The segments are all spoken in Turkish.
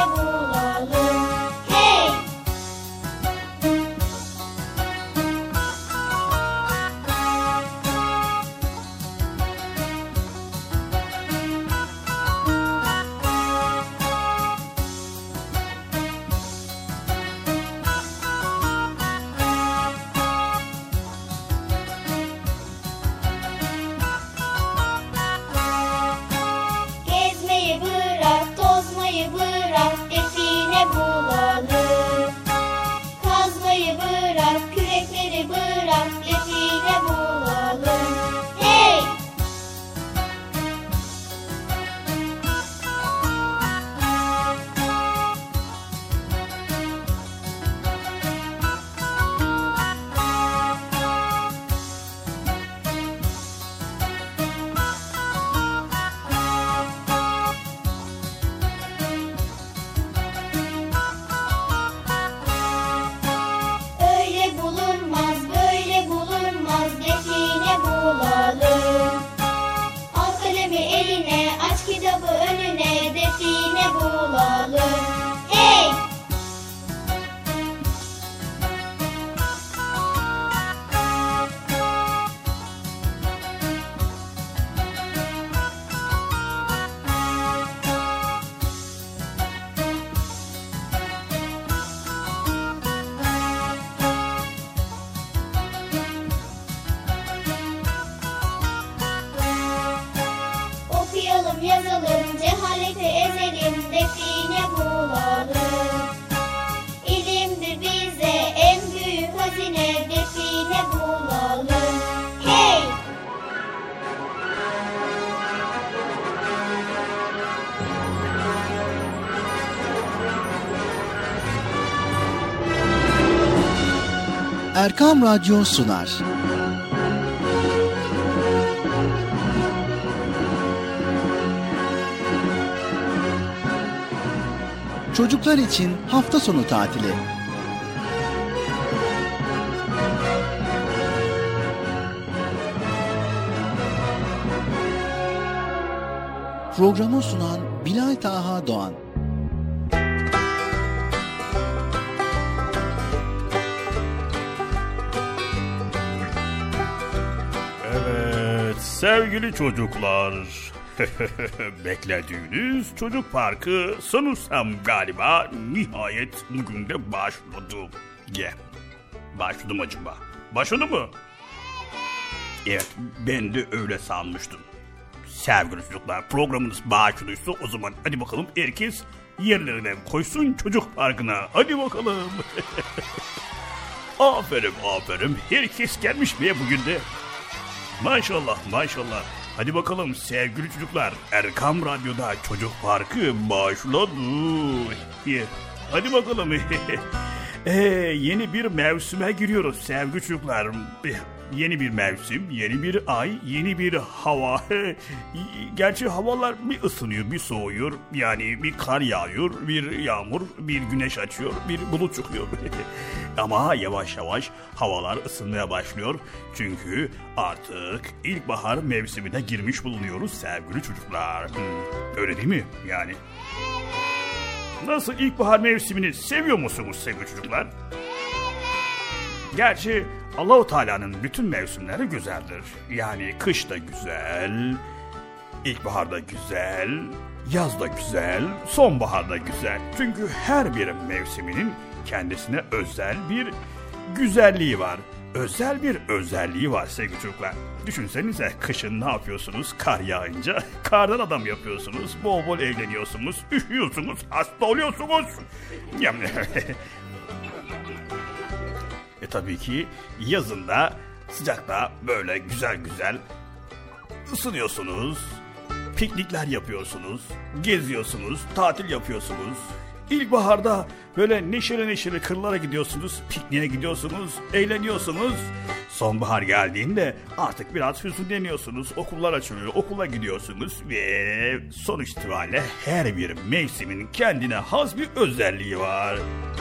bulalım. Hey! Gezmeyi bırak, tozmayı bırak, define bulalım. Kazmayı bırak, kürekleri bırak, define bulalım. Hey! Öyle bulunmaz, böyle bulunmaz, define bulalım. Al kalemi eline, aç kitabı önüne, define bulalım. Hey! Okuyalım, yazalım, cehaleti ezelim, define bulalım. İlimdir bize en büyük hazine, define bulalım. Hey! Erkam Radyo sunar. Çocuklar için hafta sonu tatili. Programı sunan Bilal Taha Doğan. Evet sevgili çocuklar, beklediğiniz çocuk parkı sanırsam galiba nihayet bugün de başladı. Başladı mı acaba? Başladı mı? Evet, ben de öyle sanmıştım. Sevgili çocuklar, programınız başlıyorsa o zaman hadi bakalım herkes yerlerine koysun çocuk parkına. Hadi bakalım. Aferin. Herkes gelmiş mi bugün de? Maşallah. Hadi bakalım sevgili çocuklar. Erkam Radyo'da Çocuk Parkı başladı. Hadi bakalım. Yeni bir mevsime giriyoruz sevgili çocuklar. Yeni bir mevsim, yeni bir ay, yeni bir hava. Gerçi havalar bir ısınıyor, bir soğuyor. Yani bir kar yağıyor, bir yağmur, bir güneş açıyor, bir bulut çıkıyor. Ama yavaş yavaş havalar ısınmaya başlıyor. Çünkü artık ilkbahar mevsimine girmiş bulunuyoruz sevgili çocuklar. Öyle değil mi yani? Nasıl, ilkbahar mevsimini seviyor musunuz sevgili çocuklar? Gerçi Allah-u Teala'nın bütün mevsimleri güzeldir. Yani kış da güzel, ilkbahar da güzel, yaz da güzel, sonbahar da güzel. Çünkü her bir mevsiminin kendisine özel bir güzelliği var. Özel bir özelliği var sevgili çocuklar. Düşünsenize, kışın ne yapıyorsunuz? Kar yağınca kardan adam yapıyorsunuz. Bol bol eğleniyorsunuz, üşüyorsunuz, hasta oluyorsunuz. Tabii ki yazında, sıcakta böyle güzel ısınıyorsunuz, piknikler yapıyorsunuz, geziyorsunuz, tatil yapıyorsunuz. İlkbaharda böyle neşeli kırlara gidiyorsunuz, pikniğe gidiyorsunuz, eğleniyorsunuz. Sonbahar geldiğinde artık biraz hüzünleniyorsunuz, okullar açılıyor, okula gidiyorsunuz ve sonuç itibariyle her bir mevsimin kendine has bir özelliği var.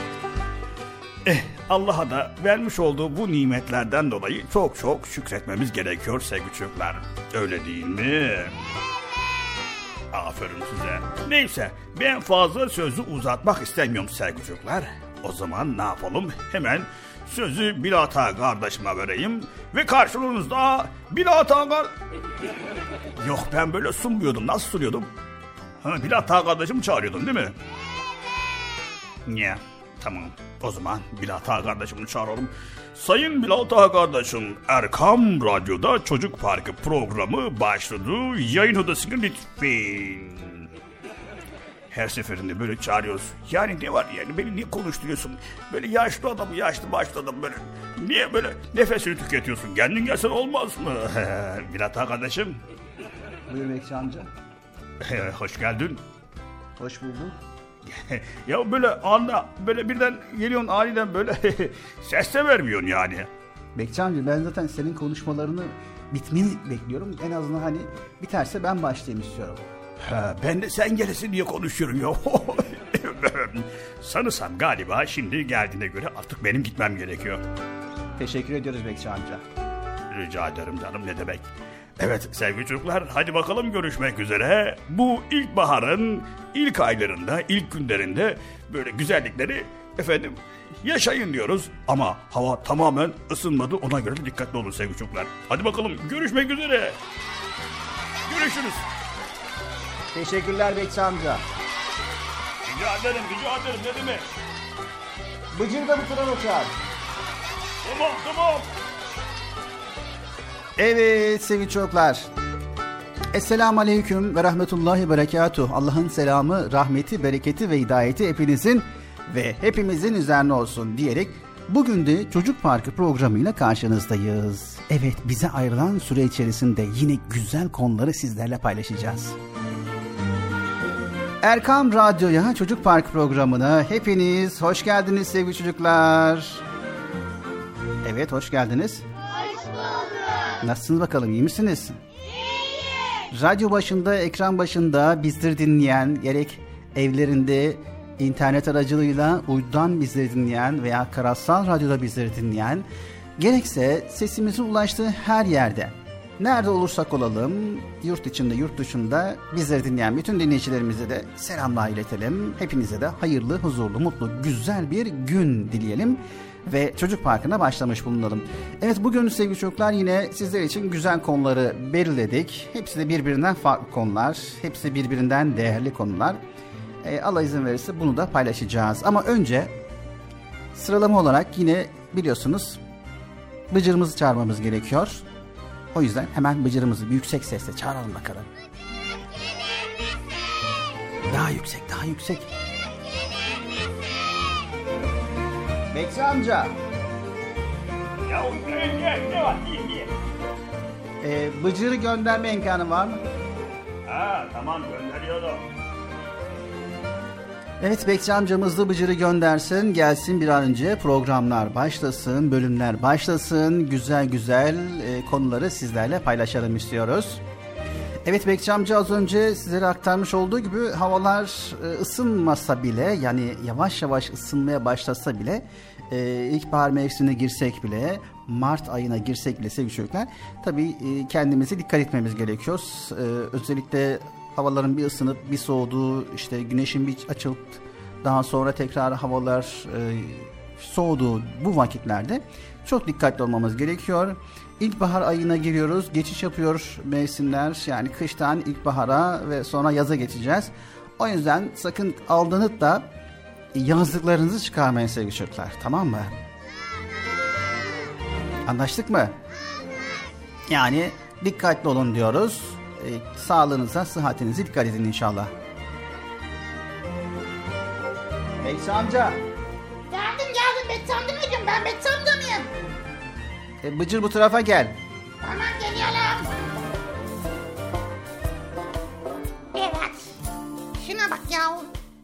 Allah'a da vermiş olduğu bu nimetlerden dolayı çok şükretmemiz gerekiyor sevgili çocuklar. Öyle değil mi? Aferin size. Neyse, ben fazla sözü uzatmak istemiyorum sevgili çocuklar. O zaman ne yapalım? Hemen sözü Bilata kardeşime vereyim. Ve karşınızda Bilata Yok, ben böyle sunmuyordum. Nasıl sunuyordum? Bilata kardeşimi çağırıyordum değil mi? Niye? Tamam. O zaman Bilata kardeşimi çağıralım. Sayın Bilata kardeşim, Erkam Radyo'da Çocuk Parkı programı başladı. Yayın odasına lütfen. Her seferinde böyle çağırıyoruz. Yani ne var yani, beni niye konuşturuyorsun? Böyle yaşlı adamı, yaşlı başlı adam böyle. Niye böyle nefesini tüketiyorsun? Kendin gelsen olmaz mı? Bilata kardeşim. Buyur Bekçi amca. Hoş geldin. Hoş bulduk. Ya böyle anda böyle birden geliyorsun aniden böyle ses de vermiyorsun yani. Bekçi amca, ben zaten senin konuşmalarını bitmeni bekliyorum. En azından hani biterse ben başlayayım istiyorum. Ben de sen gelesin diye konuşuyorum ya. Sanırsam galiba şimdi geldiğine göre artık benim gitmem gerekiyor. Teşekkür ediyoruz Bekçi amca. Rica ederim canım, ne demek. Evet sevgili çocuklar, hadi bakalım görüşmek üzere. Bu ilkbaharın ilk aylarında, ilk günlerinde böyle güzellikleri yaşayın diyoruz. Ama hava tamamen ısınmadı, ona göre de dikkatli olun sevgili çocuklar. Hadi bakalım görüşmek üzere. Görüşürüz. Teşekkürler Bekçi amca. Rica ederim ne demek. Bıcır da bu tarafa çağır. Tamam. Evet sevgili çocuklar. Esselamu Aleyküm ve Rahmetullahi Berekatuh. Allah'ın selamı, rahmeti, bereketi ve hidayeti hepinizin ve hepimizin üzerine olsun diyerek bugün de Çocuk Parkı programıyla karşınızdayız. Evet, bize ayrılan süre içerisinde yine güzel konuları sizlerle paylaşacağız. Erkam Radyo'ya Çocuk Parkı programına hepiniz hoş geldiniz sevgili çocuklar. Evet, hoş geldiniz. Hoş bulduk. Nasılsınız bakalım, iyi misiniz? Radyo başında, ekran başında bizleri dinleyen, gerek evlerinde internet aracılığıyla uydudan bizleri dinleyen veya karasal radyoda bizleri dinleyen, gerekse sesimizin ulaştığı her yerde, nerede olursak olalım, yurt içinde, yurt dışında bizleri dinleyen bütün dinleyicilerimize de selamlar iletelim. Hepinize de hayırlı, huzurlu, mutlu, güzel bir gün dileyelim ve Çocuk Parkı'na başlamış bulunalım. Evet, bugün sevgili çocuklar yine sizler için güzel konuları belirledik. Hepsi de birbirinden farklı konular, hepsi birbirinden değerli konular. Allah izin verirse bunu da paylaşacağız. Ama önce sıralama olarak yine biliyorsunuz Bıcır'ımızı çağırmamız gerekiyor. O yüzden hemen Bıcır'ımızı bir yüksek sesle çağıralım bakalım. Daha yüksek, daha yüksek. Bekçi amca. Ya gel ne var, iyi. Bıcır'ı gönderme imkanı var mı? Tamam, gönderiyorum. Evet, Bekçi amcamız da Bıcır'ı göndersin, gelsin bir an önce, programlar başlasın, bölümler başlasın, güzel güzel konuları sizlerle paylaşalım istiyoruz. Evet Bekçi amca, az önce sizlere aktarmış olduğu gibi havalar ısınmasa bile, yani yavaş yavaş ısınmaya başlasa bile, ilkbahar mevsimine girsek bile, Mart ayına girsek bile sevgili çocuklar, tabii kendimize dikkat etmemiz gerekiyor. Özellikle havaların bir ısınıp bir soğuduğu, işte güneşin bir açılıp daha sonra tekrar havalar soğuduğu bu vakitlerde çok dikkatli olmamız gerekiyor. İlkbahar ayına giriyoruz, geçiş yapıyor mevsimler, yani kıştan ilkbahara ve sonra yaza geçeceğiz. O yüzden sakın aldanıp da yazlıklarınızı çıkarmayın sevgili çocuklar, tamam mı? Anlaştık mı? Yani dikkatli olun diyoruz. Sağlığınıza, sıhhatinize dikkat edin inşallah. Bekçi amca. Geldim Bekçi amcacığım, ben Bekçi amca mıyım? Bıcır bu tarafa gel. Hemen geliyorum. Evet. Şuna bak ya.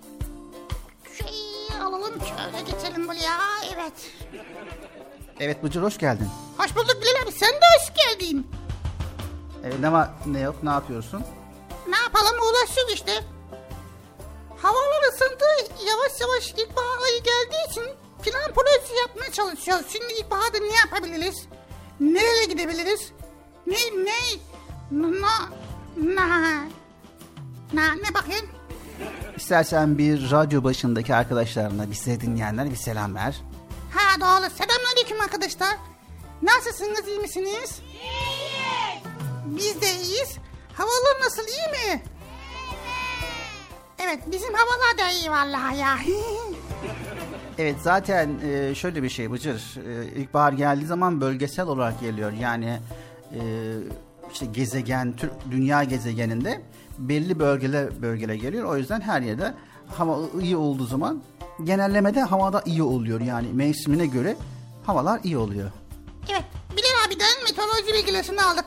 Alalım şöyle geçelim buraya. Evet. Evet Bıcır, hoş geldin. Hoş bulduk Bilal abi, sen de hoş geldin. Ne var ne yok, ne yapıyorsun? Ne yapalım, uğraşıyoruz işte. Havalar ısındı, yavaş yavaş ilkbahar ayı geldiği için plan projesi yapmaya çalışıyoruz. Şimdi ilkbaharda ne yapabiliriz? Nereye gidebiliriz? Ne bakayım? İstersen bir radyo başındaki arkadaşlarına, bizi dinleyenlere bir selam ver. Ha doğru. Selamünaleyküm arkadaşlar. Nasılsınız, iyi misiniz? İyiyiz. Biz de iyiyiz. Havalar nasıl, iyi mi? Evet, bizim havalar da iyi vallahi ya. Evet, zaten şöyle bir şey Bıcır. İlkbahar geldiği zaman bölgesel olarak geliyor. Yani işte gezegen, dünya gezegeninde belli bölgelere geliyor. O yüzden her yerde hava iyi olduğu zaman genellemede havada iyi oluyor. Yani mevsimine göre havalar iyi oluyor. Evet, Bilal abiden meteoroloji bilgilerini aldık.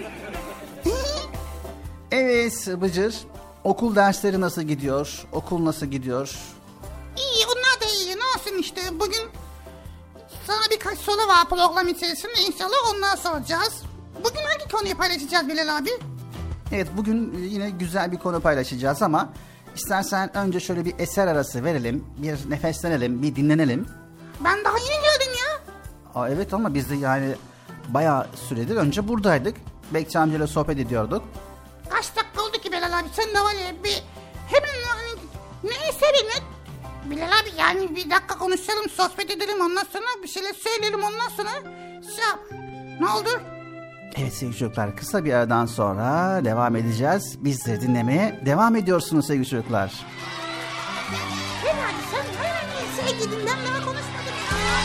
Evet Bıcır, okul dersleri nasıl gidiyor? Okul nasıl gidiyor? İyi, onlar da iyi. Ne olsun işte, bugün sana birkaç soru var program içerisinde. İnşallah onları soracağız. Bugün hangi konuyu paylaşacağız Bilal abi? Evet, bugün yine güzel bir konu paylaşacağız ama istersen önce şöyle bir eser arası verelim. Bir nefeslenelim, bir dinlenelim. Ben daha yeni geldim ya. Evet ama biz de yani bayağı süredir önce buradaydık. Bekçi amcayla sohbet ediyorduk. Kaç dakika oldu ki Bilal abi? Sen de var ya bir hemen ne eseri ne? Bilal abi yani bir dakika konuşalım, sohbet edelim, ondan sonra bir şeyler söyleyelim, ondan sonra ne oldu? Evet sevgili çocuklar, kısa bir aradan sonra devam edeceğiz. Bizleri dinlemeye devam ediyorsunuz sevgili çocuklar. Bilal abi sen hemen sevgilin benimle konuşmadın ya.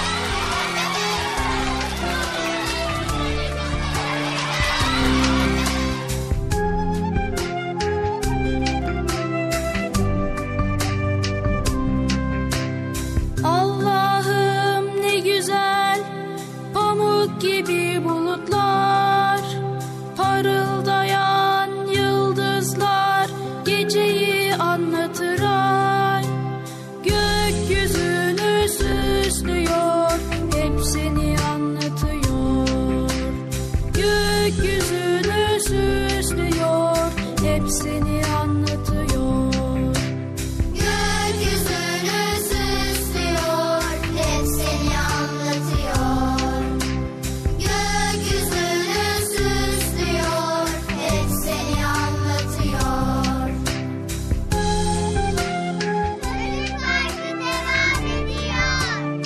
Allah'ım ne güzel pamuk gibi bulutlar, parıldayan yıldızlar geceyi anlatır ay. Gökyüzünü süslüyor, hep seni anlatıyor. Gökyüzünü süslüyor, hep seni anlatıyor. Gökyüzünü süslüyor, hep seni anlatıyor. Gökyüzünü süslüyor, hep seni anlatıyor. Çocuk Parkı devam ediyor.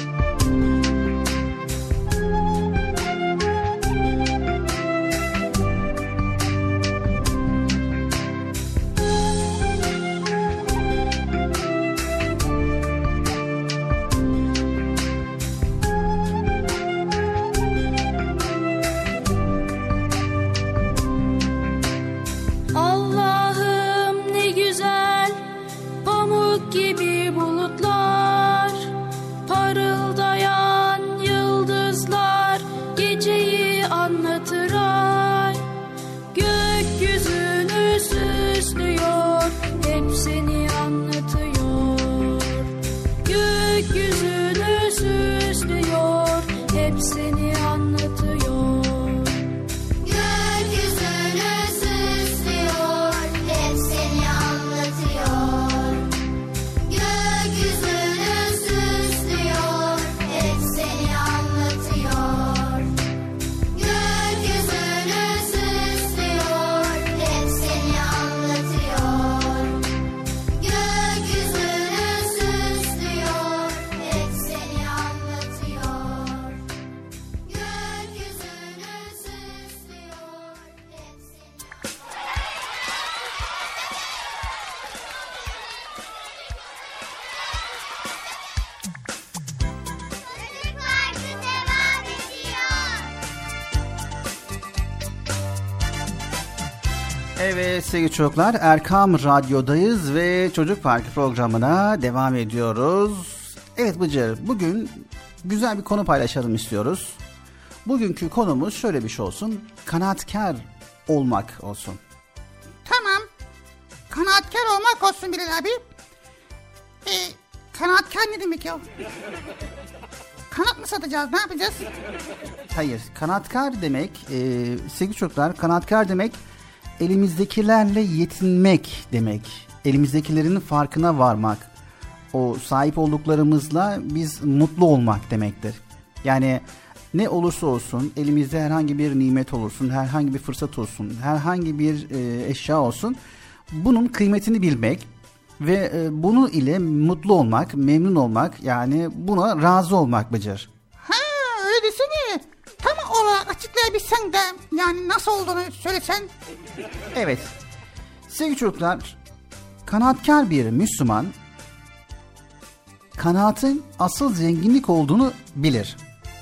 Allah'ım ne güzel pamuk gibi bulutlar, parıldayan yıldızlar geceyi anlatır ay. Gökyüzünü süslüyor, hep seni anlatıyor. Gökyüzünü süslüyor, hep seni anlatıyor. Gökyüzünü süslüyor, hep seni anlatıyor. Gökyüzünü süslüyor, hep seni anlatıyor. Gökyüzünü süslüyor, hep seni anlatıyor. Gökyüzünü süslüyor, hep seni anlatıyor. Gökyüzünü süslüyor, hep seni... Çocuk Parkı devam ediyor. Evet sevgili çocuklar, Erkam Radyo'dayız ve Çocuk Parkı programına devam ediyoruz. Evet Bıcır, bugün güzel bir konu paylaşalım istiyoruz. Bugünkü konumuz şöyle bir şey olsun, kanaatkar olmak olsun. Tamam. Kanaatkar olmak olsun Bilal abi. Kanaatkar ne demek ya? Kanat mı satacağız, ne yapacağız? Hayır, kanaatkar demek, sevgili çocuklar, kanaatkar demek elimizdekilerle yetinmek demek. Elimizdekilerin farkına varmak. O sahip olduklarımızla biz mutlu olmak demektir. Yani ne olursa olsun, elimizde herhangi bir nimet olursun, herhangi bir fırsat olsun, herhangi bir eşya olsun, bunun kıymetini bilmek ve bunu ile mutlu olmak, memnun olmak, yani buna razı olmak Bıcır. Ha öyle desene. Tam olarak açıklayabilsen de yani nasıl olduğunu söylesen. Evet. Sevgili çocuklar, kanaatkar bir Müslüman kanaatin asıl zenginlik olduğunu bilir.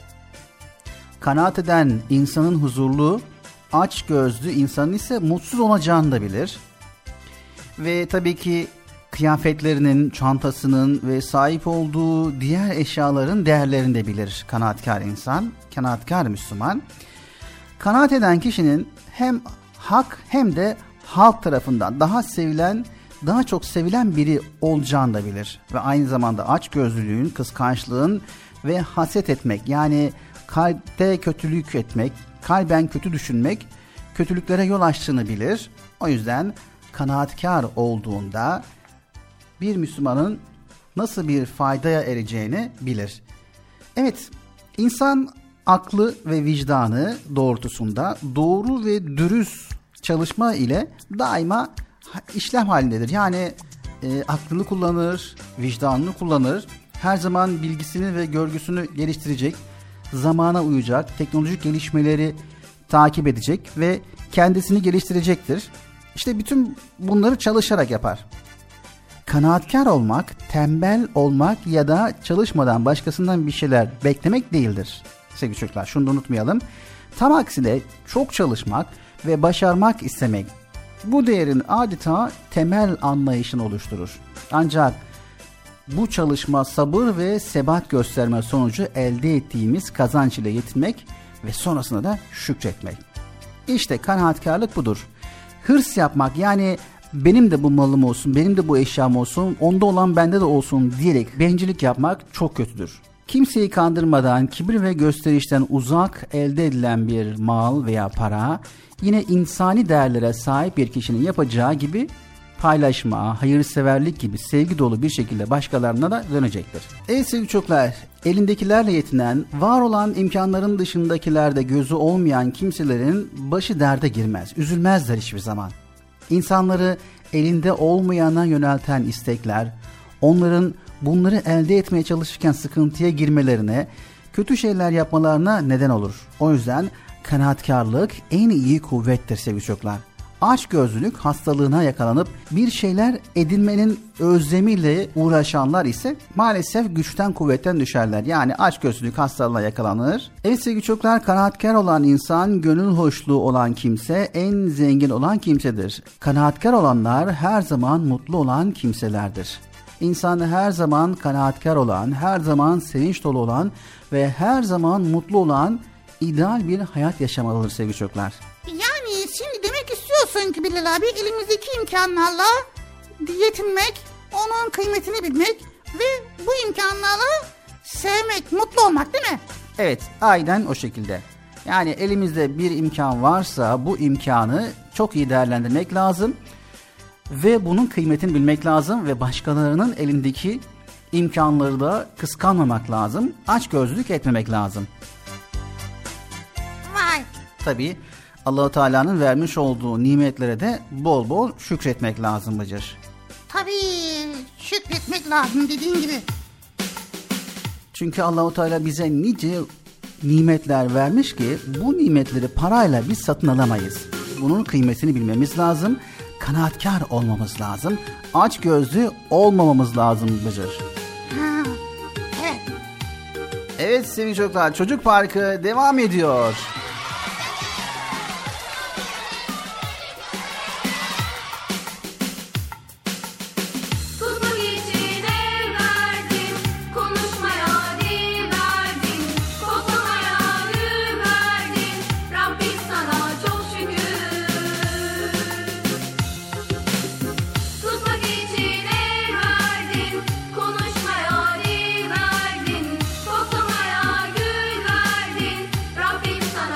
Kanaat eden insanın huzurlu, aç gözlü insanın ise mutsuz olacağını da bilir. Ve tabii ki kıyafetlerinin, çantasının ve sahip olduğu diğer eşyaların değerlerini de bilir kanaatkar insan, kanaatkar Müslüman. Kanaat eden kişinin hem hak hem de halk tarafından daha sevilen, daha çok sevilen biri olacağını da bilir. Ve aynı zamanda açgözlülüğün, kıskançlığın ve haset etmek, yani kalpte kötülük etmek, kalben kötü düşünmek, kötülüklere yol açtığını bilir. O yüzden kanaatkar olduğunda bir Müslümanın nasıl bir faydaya ereceğini bilir. Evet, insan aklı ve vicdanı doğrultusunda doğru ve dürüst çalışma ile daima işlem halindedir. Yani aklını kullanır, vicdanını kullanır, her zaman bilgisini ve görgüsünü geliştirecek, zamana uyacak, teknolojik gelişmeleri takip edecek ve kendisini geliştirecektir. İşte bütün bunları çalışarak yapar. Kanaatkar olmak, tembel olmak ya da çalışmadan başkasından bir şeyler beklemek değildir. Sevgili çocuklar, şunu da unutmayalım. Tam aksine çok çalışmak ve başarmak istemek bu değerin adeta temel anlayışını oluşturur. Ancak bu çalışma sabır ve sebat gösterme sonucu elde ettiğimiz kazanç ile yetinmek ve sonrasında da şükretmek. İşte kanaatkarlık budur. Hırs yapmak, yani benim de bu malım olsun, benim de bu eşyam olsun, onda olan bende de olsun diyerek bencillik yapmak çok kötüdür. Kimseyi kandırmadan, kibir ve gösterişten uzak elde edilen bir mal veya para, yine insani değerlere sahip bir kişinin yapacağı gibi paylaşma, hayırseverlik gibi sevgi dolu bir şekilde başkalarına da dönecektir. Evet sevgili çocuklar, elindekilerle yetinen, var olan imkanların dışındakilerde gözü olmayan kimselerin başı derde girmez, üzülmezler hiçbir zaman. İnsanları elinde olmayana yönelten istekler, onların bunları elde etmeye çalışırken sıkıntıya girmelerine, kötü şeyler yapmalarına neden olur. O yüzden kanaatkarlık en iyi kuvvettir sevgili çocuklar. Açgözlülük hastalığına yakalanıp bir şeyler edinmenin özlemiyle uğraşanlar ise maalesef güçten kuvvetten düşerler. Yani açgözlülük hastalığına yakalanır. Evet sevgili çocuklar, kanaatkar olan insan, gönül hoşluğu olan kimse, en zengin olan kimsedir. Kanaatkar olanlar her zaman mutlu olan kimselerdir. İnsan her zaman kanaatkar olan, her zaman sevinç dolu olan ve her zaman mutlu olan ideal bir hayat yaşamalıdır sevgili çocuklar. Yani şimdi demek istiyorsun ki Bilal abi, elimizdeki imkanlarla yetinmek, onun kıymetini bilmek ve bu imkanlarla sevmek, mutlu olmak değil mi? Evet, aynen o şekilde. Yani elimizde bir imkan varsa bu imkanı çok iyi değerlendirmek lazım ve bunun kıymetini bilmek lazım ve başkalarının elindeki imkanları da kıskanmamak lazım, açgözlülük etmemek lazım. Vay. Tabii Allah-u Teala'nın vermiş olduğu nimetlere de bol bol şükretmek lazım Bıcır. Tabii şükretmek lazım dediğin gibi. Çünkü Allah-u Teala bize nice nimetler vermiş ki bu nimetleri parayla biz satın alamayız. Bunun kıymetini bilmemiz lazım, kanaatkar olmamız lazım, açgözlü olmamamız lazım Bıcır. Ha, evet. Evet sevgili çocuklar, Çocuk Parkı devam ediyor. Tutmak için el verdin, konuşmaya dil verdin, koklamaya gül verdin, Rabbim sana çok şükür. Tutmak için el verdin, konuşmaya dil verdin, koklamaya gül verdin, Rabbim sana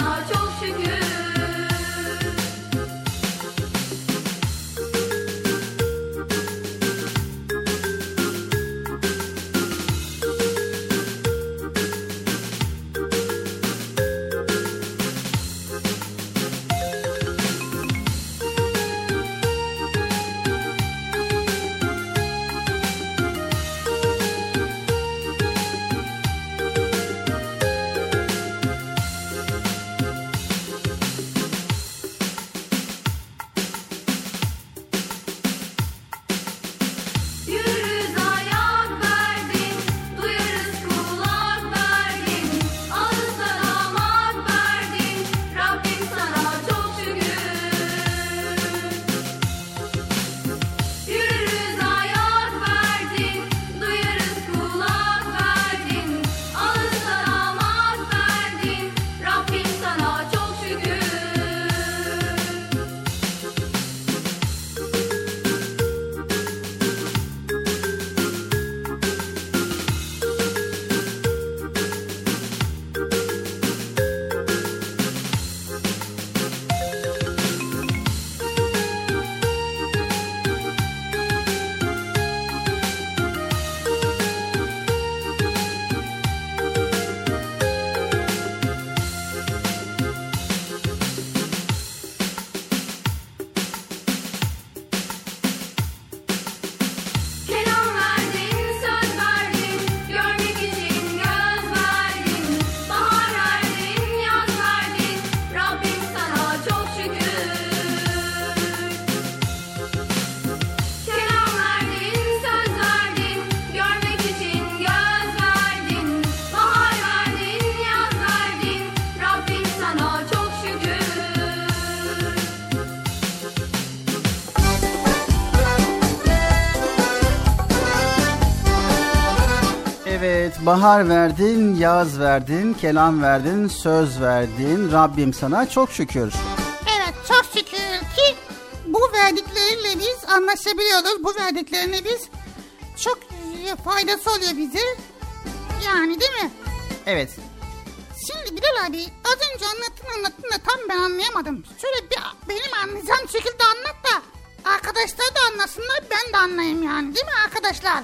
Evet, bahar verdin, yaz verdin, kelam verdin, söz verdin. Rabbim sana çok şükür. Evet, çok şükür ki bu verdikleriyle biz anlaşabiliyoruz. Bu verdiklerini biz çok faydası oluyor bize. Yani değil mi? Evet. Şimdi Bilal abi az önce anlattın da tam ben anlayamadım. Şöyle bir benim anlayacağım şekilde anlat da arkadaşlar da anlasınlar, ben de anlayayım yani, değil mi arkadaşlar?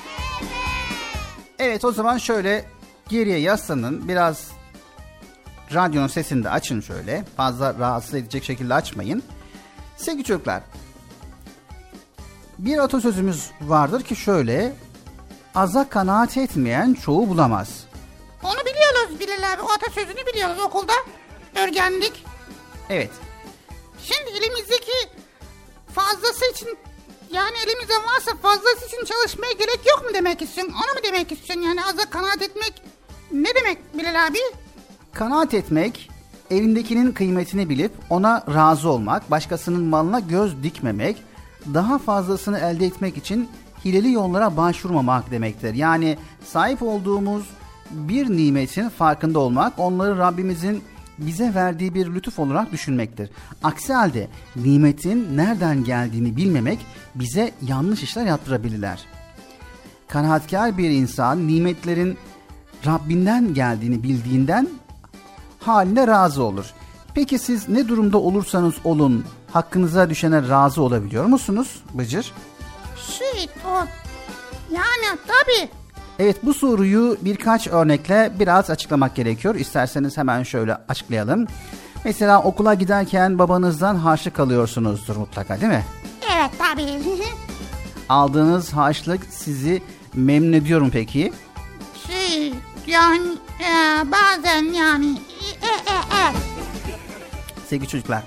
Evet, o zaman şöyle geriye yaslanın. Biraz radyonun sesini de açın şöyle. Fazla rahatsız edecek şekilde açmayın. Sevgili çocuklar, bir atasözümüz vardır ki şöyle: aza kanaat etmeyen çoğu bulamaz. Onu biliyoruz Bilal abi, o atasözünü biliyoruz, okulda öğrendik. Evet. Şimdi elimizdeki fazlası için, yani elimizde varsa fazlası için çalışmaya gerek yok mu demek istiyorsun? Onu mu demek istiyorsun yani, aza kanaat etmek ne demek Bilal abi? Kanaat etmek, elindekinin kıymetini bilip ona razı olmak, başkasının malına göz dikmemek, daha fazlasını elde etmek için hileli yollara başvurmamak demektir. Yani sahip olduğumuz bir nimetin farkında olmak, onları Rabbimizin bize verdiği bir lütuf olarak düşünmektir. Aksi halde nimetin nereden geldiğini bilmemek bize yanlış işler yaptırabilirler. Kanaatkar bir insan nimetlerin Rabbinden geldiğini bildiğinden haline razı olur. Peki siz ne durumda olursanız olun hakkınıza düşene razı olabiliyor musunuz Bıcır? O yani tabii. Evet, bu soruyu birkaç örnekle biraz açıklamak gerekiyor. İsterseniz hemen şöyle açıklayalım. Mesela okula giderken babanızdan harçlık alıyorsunuzdur mutlaka, değil mi? Evet tabii. Aldığınız harçlık sizi memnun ediyor mu peki? Yani bazen yani evet. Sevgili çocuklar,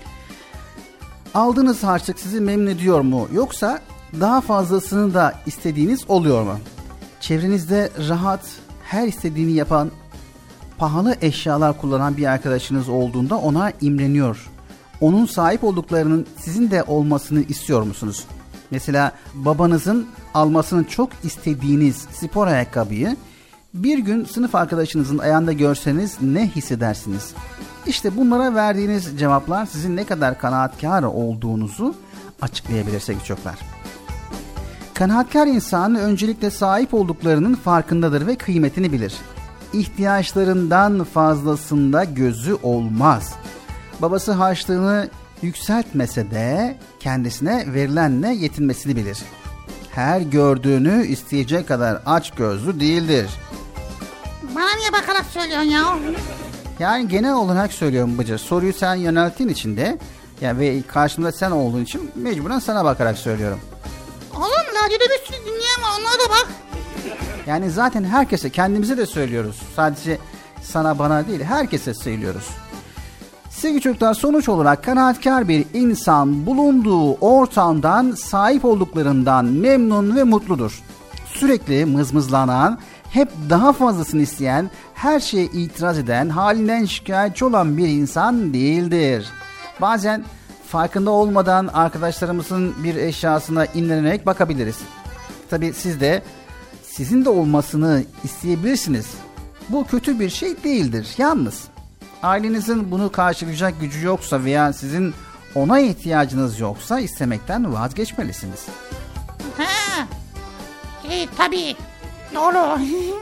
aldığınız harçlık sizi memnun ediyor mu? Yoksa daha fazlasını da istediğiniz oluyor mu? Çevrenizde rahat, her istediğini yapan, pahalı eşyalar kullanan bir arkadaşınız olduğunda ona imreniyor. Onun sahip olduklarının sizin de olmasını istiyor musunuz? Mesela babanızın almasını çok istediğiniz spor ayakkabıyı bir gün sınıf arkadaşınızın ayağında görseniz ne hissedersiniz? İşte bunlara verdiğiniz cevaplar sizin ne kadar kanaatkar olduğunuzu açıklayabilir sevgili çocuklar. Kanaatkar insan öncelikle sahip olduklarının farkındadır ve kıymetini bilir. İhtiyaçlarından fazlasında gözü olmaz. Babası harçlığını yükseltmese de kendisine verilenle yetinmesini bilir. Her gördüğünü isteyecek kadar açgözlü değildir. Bana niye bakarak söylüyorsun ya? Yani genel olarak söylüyorum Bıcır. Soruyu sen yönelttiğin için de yani ve karşımda sen olduğun için mecburen sana bakarak söylüyorum. Oğlum radyoda bir sürü dinleyen var, onlara da bak. Yani zaten herkese, kendimize de söylüyoruz. Sadece sana bana değil, herkese söylüyoruz. Sevgili çocuklar, sonuç olarak kanaatkar bir insan bulunduğu ortamdan, sahip olduklarından memnun ve mutludur. Sürekli mızmızlanan, hep daha fazlasını isteyen, her şeye itiraz eden, halinden şikayetçi olan bir insan değildir. Bazen farkında olmadan arkadaşlarımızın bir eşyasına imrenerek bakabiliriz. Tabii siz de sizin de olmasını isteyebilirsiniz. Bu kötü bir şey değildir. Yalnız ailenizin bunu karşılayacak gücü yoksa veya sizin ona ihtiyacınız yoksa istemekten vazgeçmelisiniz. Tabii. Doğru.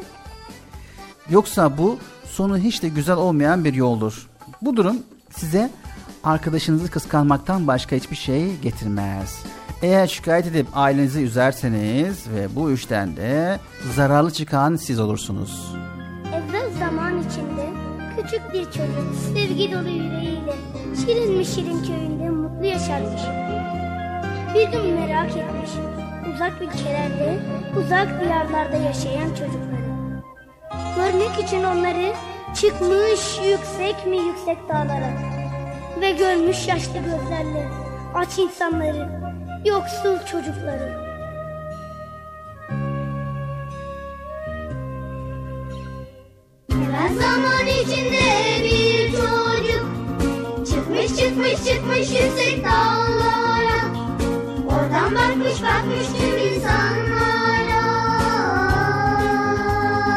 Yoksa bu sonu hiç de güzel olmayan bir yoldur. Bu durum size arkadaşınızı kıskanmaktan başka hiçbir şey getirmez. Eğer şikayet edip ailenizi üzerseniz ve bu işten de zararlı çıkan siz olursunuz. Evvel zaman içinde küçük bir çocuk sevgi dolu yüreğiyle şirin mi şirin köyünde mutlu yaşarmış. Bir gün merak etmiş uzak ülkelerde, uzak diyarlarda yaşayan çocukları. Görmek için onları çıkmış yüksek mi yüksek dağlara ve görmüş yaşlı gözlerle aç insanları, yoksul çocukları. Evvel zaman içinde bir çocuk çıkmış yüksek dağlara. Oradan bakmış tüm insanlara.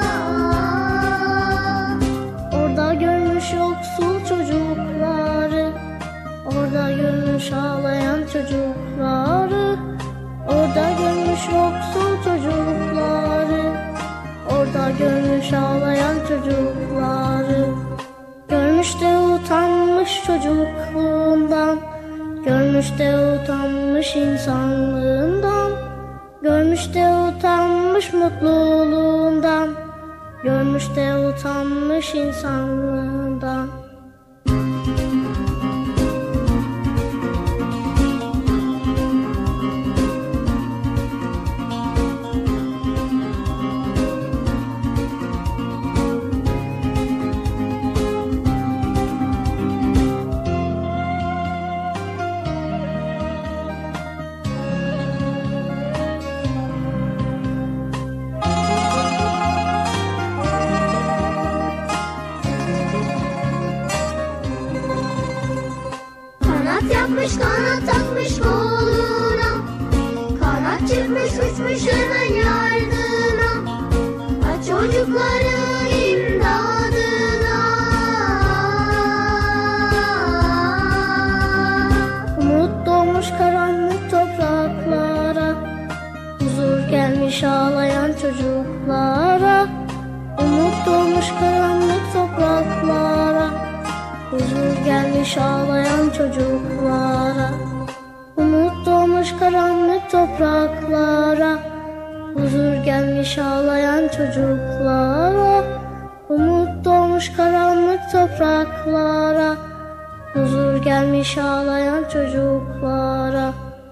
görmüş ağlayan çocukları. Orada görmüş yoksul çocukları. Orada görmüş ağlayan çocukları. Görmüş de utanmış çocukluğundan. Görmüş de utanmış insanlığından. Görmüş de utanmış mutluluğundan. Görmüş de utanmış insanlığından. Kanat takmış koluna, kanat çırpmış uçmuş hemen yardına, çocukların imdadına. Umut doğmuş karanlık topraklara, huzur gelmiş ağlayan çocuklara. Umut doğmuş karanlık topraklara, huzur gelmiş ağlayan çocuklara. Umut doğmuş karanlık topraklara, huzur gelmiş ağlayan çocuklara. Umut doğmuş karanlık topraklara, huzur gelmiş ağlayan çocuklara.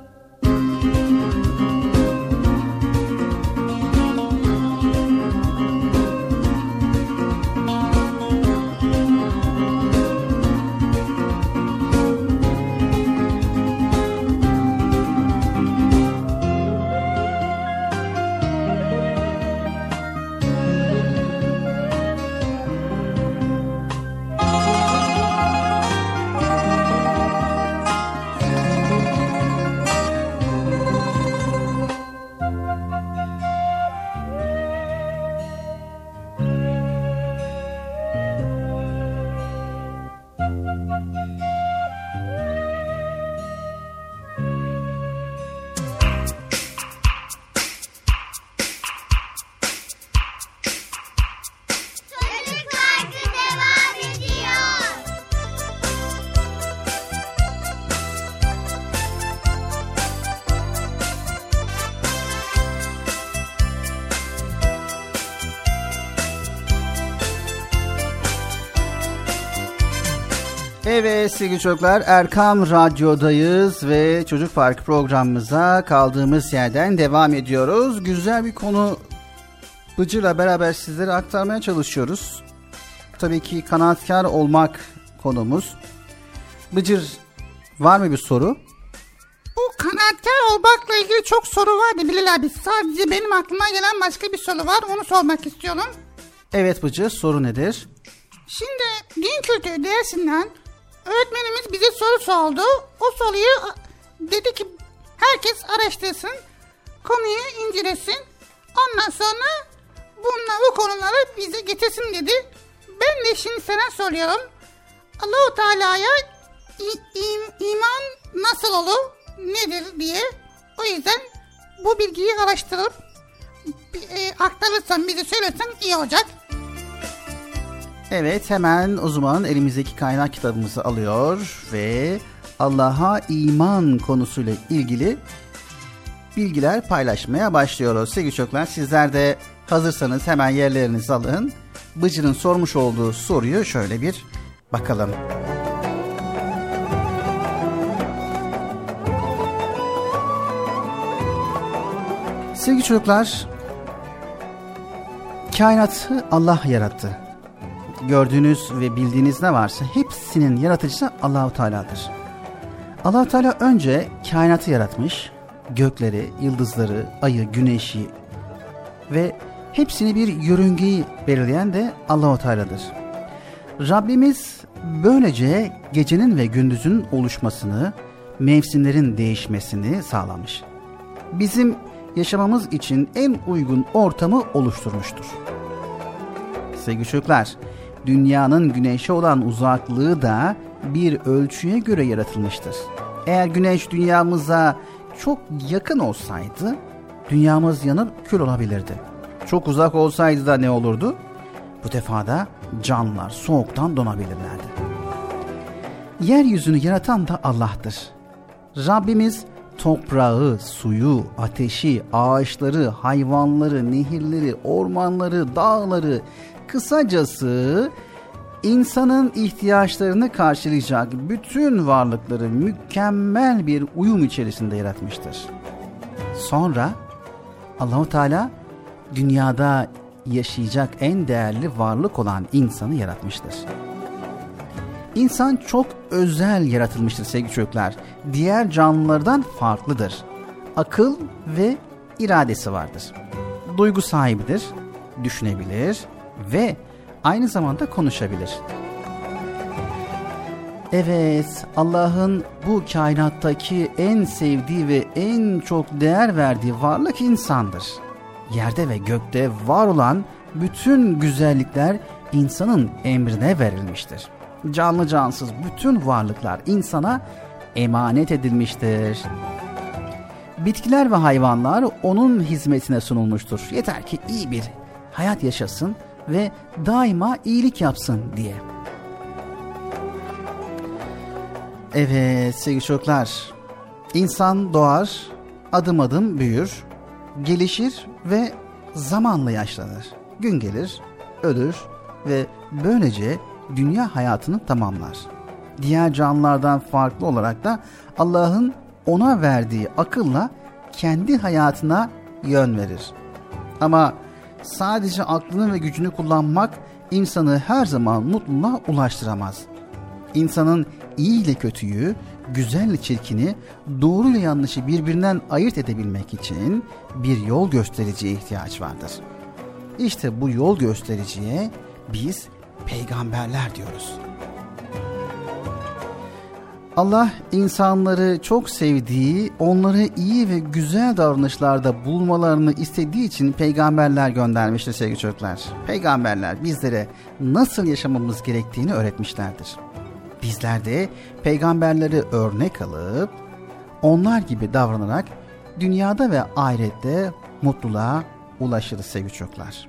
Evet sevgili çocuklar, Erkam Radyo'dayız ve Çocuk Parkı programımıza kaldığımız yerden devam ediyoruz. Güzel bir konu Bıcır'la beraber sizlere aktarmaya çalışıyoruz. Tabii ki kanaatkar olmak konumuz. Bıcır, var mı bir soru? Bu kanaatkar olmakla ilgili çok soru vardı Bilal abi. Sadece benim aklıma gelen başka bir soru var. Onu sormak istiyorum. Evet Bıcır, soru nedir? Şimdi din kültürü dersinden öğretmenimiz bize soru sordu. O soruyu dedi ki herkes araştırsın, konuyu incelesin. Ondan sonra bu konuları bize getirsin dedi. Ben de şimdi sana soruyorum. Allah-u Teala'ya iman nasıl olur, nedir diye. O yüzden bu bilgiyi araştırıp aktarırsan, bize söylersen iyi olacak. Evet, hemen o zaman elimizdeki kaynak kitabımızı alıyor ve Allah'a iman konusuyla ilgili bilgiler paylaşmaya başlıyoruz. Sevgili çocuklar, sizler de hazırsanız hemen yerlerinizi alın. Bıcır'ın sormuş olduğu soruyu şöyle bir bakalım. Sevgili çocuklar, kainatı Allah yarattı. Gördüğünüz ve bildiğiniz ne varsa hepsinin yaratıcısı Allah-u Teala'dır. Allah-u Teala önce kainatı yaratmış, gökleri, yıldızları, ayı, güneşi ve hepsini bir yörüngeyi belirleyen de Allah-u Teala'dır. Rabbimiz böylece gecenin ve gündüzün oluşmasını, mevsimlerin değişmesini sağlamış. Bizim yaşamamız için en uygun ortamı oluşturmuştur. Sevgili çocuklar, dünyanın güneşe olan uzaklığı da bir ölçüye göre yaratılmıştır. Eğer güneş dünyamıza çok yakın olsaydı dünyamız yanıp kül olabilirdi. Çok uzak olsaydı da ne olurdu? Bu defa da canlılar soğuktan donabilirlerdi. Yeryüzünü yaratan da Allah'tır. Rabbimiz toprağı, suyu, ateşi, ağaçları, hayvanları, nehirleri, ormanları, dağları, kısacası insanın ihtiyaçlarını karşılayacak bütün varlıkları mükemmel bir uyum içerisinde yaratmıştır. Sonra Allah-u Teala dünyada yaşayacak en değerli varlık olan insanı yaratmıştır. İnsan çok özel yaratılmıştır sevgili çocuklar. Diğer canlılardan farklıdır. Akıl ve iradesi vardır. Duygu sahibidir, düşünebilir ve aynı zamanda konuşabilir. Evet, Allah'ın bu kainattaki en sevdiği ve en çok değer verdiği varlık insandır. Yerde ve gökte var olan bütün güzellikler insanın emrine verilmiştir. Canlı cansız bütün varlıklar insana emanet edilmiştir. Bitkiler ve hayvanlar onun hizmetine sunulmuştur. Yeter ki iyi bir hayat yaşasın ve daima iyilik yapsın diye. Evet sevgili çocuklar, insan doğar, adım adım büyür, gelişir ve zamanla yaşlanır. Gün gelir, ölür ve böylece dünya hayatını tamamlar. Diğer canlılardan farklı olarak da Allah'ın ona verdiği akılla kendi hayatına yön verir. Ama sadece aklını ve gücünü kullanmak insanı her zaman mutluluğa ulaştıramaz. İnsanın iyi ile kötüyü, güzel ile çirkini, doğru ile yanlışı birbirinden ayırt edebilmek için bir yol göstericiye ihtiyaç vardır. İşte bu yol göstericiye biz peygamberler diyoruz. Allah insanları çok sevdiği, onları iyi ve güzel davranışlarda bulmalarını istediği için peygamberler göndermiştir sevgili çocuklar. Peygamberler bizlere nasıl yaşamamız gerektiğini öğretmişlerdir. Bizler de peygamberleri örnek alıp onlar gibi davranarak dünyada ve ahirette mutluluğa ulaşırız sevgili çocuklar.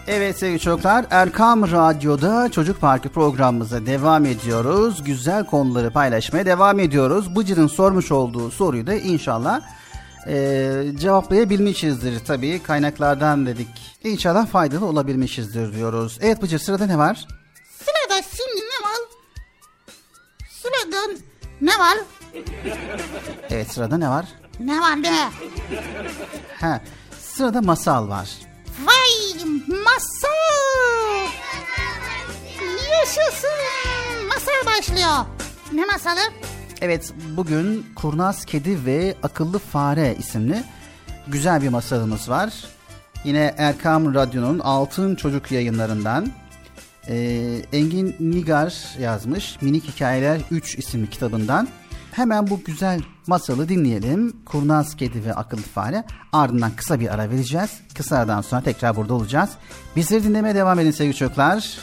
Evet sevgili çocuklar, Erkam Radyo'da Çocuk Parkı programımıza devam ediyoruz. Güzel konuları paylaşmaya devam ediyoruz. Bıcır'ın sormuş olduğu soruyu da inşallah cevaplayabilmişizdir. Tabii kaynaklardan dedik. İnşallah faydalı olabilmişizdir diyoruz. Evet Bıcır, sırada ne var? Sırada şimdi ne var? Sırada ne var? Evet, sırada ne var? Ne var be? Ha, sırada masal var. Vay masal! Yaşasın! Masal başlıyor. Ne masalı? Evet, bugün Kurnaz Kedi ve Akıllı Fare isimli güzel bir masalımız var. Yine Erkam Radyo'nun Altın Çocuk yayınlarından Engin Nigar yazmış. Minik Hikayeler 3 isimli kitabından. Hemen bu güzel masalı dinleyelim. Kurnaz Kedi ve Akıllı Fare. Ardından kısa bir ara vereceğiz. Kısa aradan sonra tekrar burada olacağız. Bizleri dinlemeye devam edin sevgili çocuklar.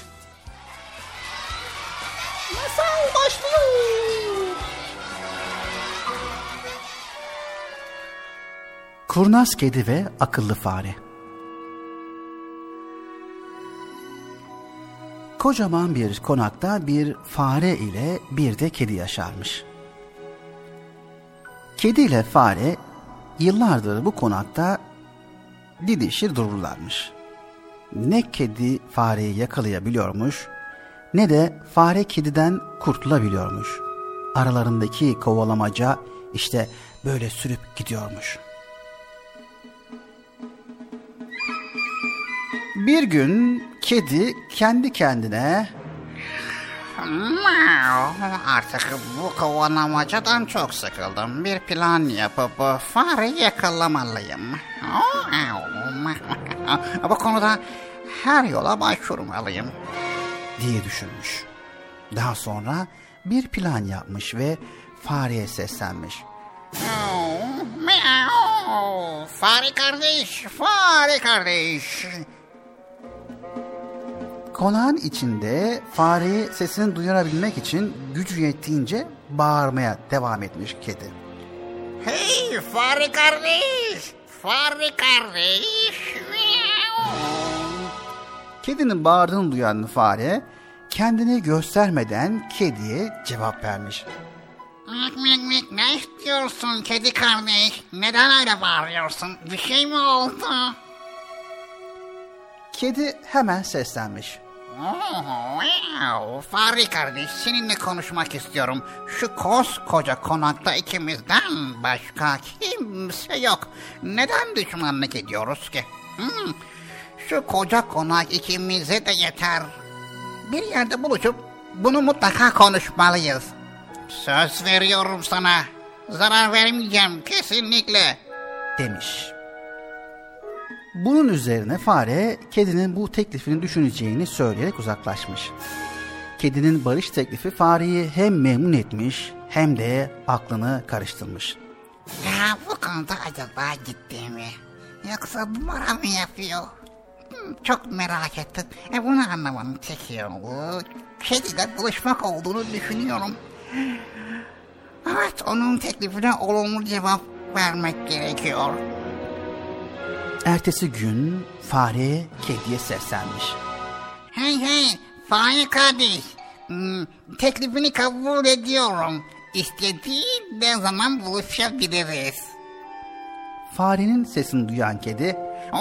Masal başlıyor. Kurnaz Kedi ve Akıllı Fare. Kocaman bir konakta bir fare ile bir de kedi yaşarmış. Kedi ile fare yıllardır bu konakta didişir dururlarmış. Ne kedi fareyi yakalayabiliyormuş, ne de fare kediden kurtulabiliyormuş. Aralarındaki kovalamaca işte böyle sürüp gidiyormuş. Bir gün kedi kendi kendine Artık bu kovalamacadan çok sıkıldım. Bir plan yapıp fareyi yakalamalıyım. Bu konuda her yola başvurmalıyım diye düşünmüş. Daha sonra bir plan yapmış ve fareye seslenmiş. Fare kardeş, fare kardeş. Konağın içinde fareyi sesini duyurabilmek için gücü yettiğince bağırmaya devam etmiş kedi. Hey fare kardeş, fare kardeş. Kedinin bağırdığını duyan fare kendini göstermeden kediye cevap vermiş. Ne istiyorsun kedi kardeş? Neden öyle bağırıyorsun? Bir şey mi oldu? Kedi hemen seslenmiş. Fare kardeş, seninle konuşmak istiyorum. Şu koskoca konakta ikimizden başka kimse yok. Neden düşmanlık ediyoruz ki? Şu koca konak ikimize de yeter. Bir yerde buluşup bunu mutlaka konuşmalıyız. Söz veriyorum sana. Zarar vermeyeceğim kesinlikle demiş. Bunun üzerine fare kedinin bu teklifini düşüneceğini söyleyerek uzaklaşmış. Kedinin barış teklifi fareyi hem memnun etmiş hem de aklını karıştırmış. Ya bu konuda acaba ciddi mi? Yoksa numara mı yapıyor? Çok merak ettim. Bunu anlamanın tek yolu kediyle buluşmak olduğunu düşünüyorum. Evet, onun teklifine olumlu cevap vermek gerekiyor. Ertesi gün fare kediye seslenmiş. Hey fare kardeş, teklifini kabul ediyorum. İstediğin ne zaman buluşabiliriz? Farenin sesini duyan kedi,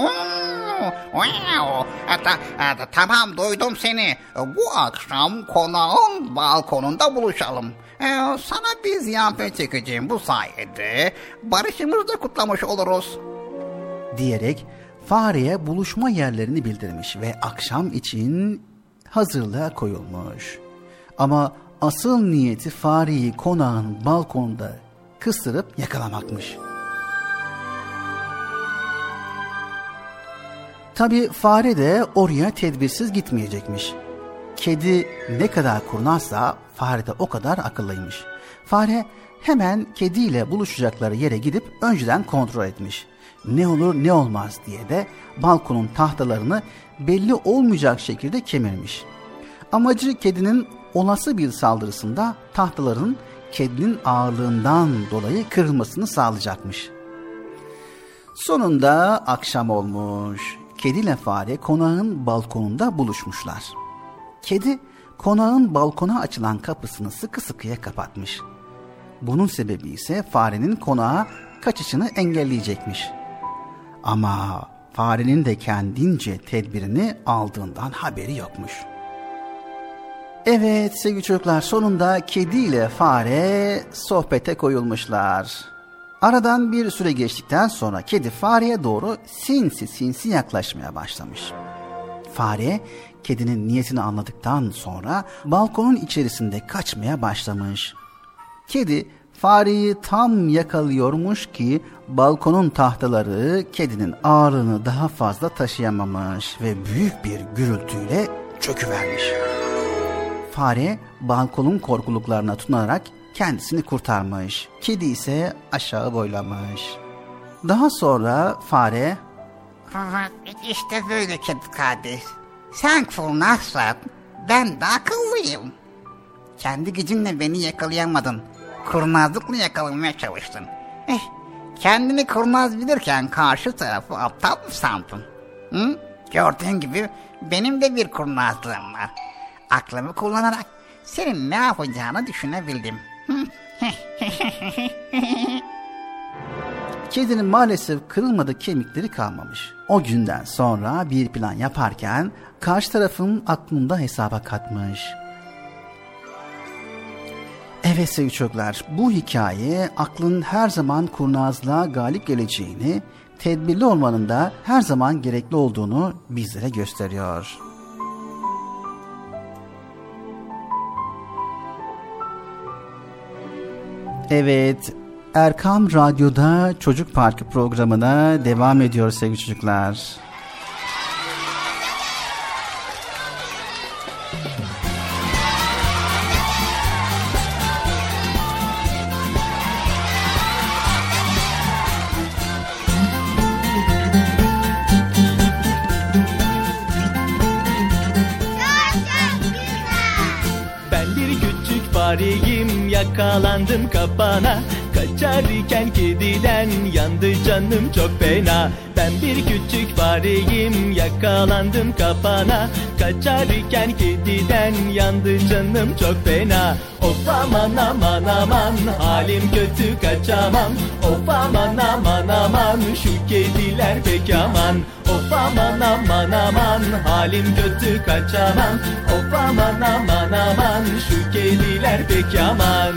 Tamam, duydum seni. Bu akşam konağın balkonunda buluşalım. Sana bir ziyafet çekeceğim, bu sayede barışımızı da kutlamış oluruz diyerek fareye buluşma yerlerini bildirmiş ve akşam için hazırlığa koyulmuş. Ama asıl niyeti fareyi konağın balkonunda kıstırıp yakalamakmış. Tabii fare de oraya tedbirsiz gitmeyecekmiş. Kedi ne kadar kurnazsa fare de o kadar akıllıymış. Fare hemen kediyle buluşacakları yere gidip önceden kontrol etmiş. Ne olur ne olmaz diye de balkonun tahtalarını belli olmayacak şekilde kemirmiş. Amacı kedinin olası bir saldırısında tahtaların kedinin ağırlığından dolayı kırılmasını sağlayacakmış. Sonunda akşam olmuş. kedi ile fare konağın balkonunda buluşmuşlar. Kedi konağın balkona açılan kapısını sıkı sıkıya kapatmış. Bunun sebebi ise farenin konağa kaçışını engelleyecekmiş. Ama farenin de kendince tedbirini aldığından haberi yokmuş. Evet sevgili çocuklar, sonunda kedi ile fare sohbete koyulmuşlar. Aradan bir süre geçtikten sonra kedi fareye doğru sinsi sinsi yaklaşmaya başlamış. Fare kedinin niyetini anladıktan sonra balkonun içerisinde kaçmaya başlamış. Kedi fareyi tam yakalıyormuş ki balkonun tahtaları kedinin ağırlığını daha fazla taşıyamamış ve büyük bir gürültüyle çöküvermiş. Fare balkonun korkuluklarına tutunarak kendisini kurtarmış. Kedi ise aşağı boylamış. Daha sonra fare, İşte böyle kedi kardeş. Sen kurnazsan ben de akıllıyım. Kendi gücünle beni yakalayamadın. Kurnazlıkla yakalamaya çalıştın. Kendini kurnaz bilirken karşı tarafı aptal mı sandın? Hı? Gördüğün gibi benim de bir kurnazlığım var. Aklımı kullanarak senin ne yapacağını düşünebildim. kedinin maalesef kırılmadık kemikleri kalmamış. O günden sonra bir plan yaparken karşı tarafın aklında hesaba katmış. Evet sevgili çocuklar, bu hikaye aklın her zaman kurnazlığa galip geleceğini, tedbirli olmanın da her zaman gerekli olduğunu bizlere gösteriyor. Evet, Erkam Radyo'da Çocuk Parkı programına devam ediyor sevgili çocuklar. Fareyim, yakalandım kapana. Kaçarken kediden yandı canım çok fena. Ben bir küçük fareyim, yakalandım kapana. Kaçarken kediden yandı canım çok fena. Of aman aman aman, halim kötü kaçamam. Of aman aman aman, şu kediler pek aman. Of aman aman aman, halim kötü kaçamam. Of aman aman aman, şu kediler pek aman.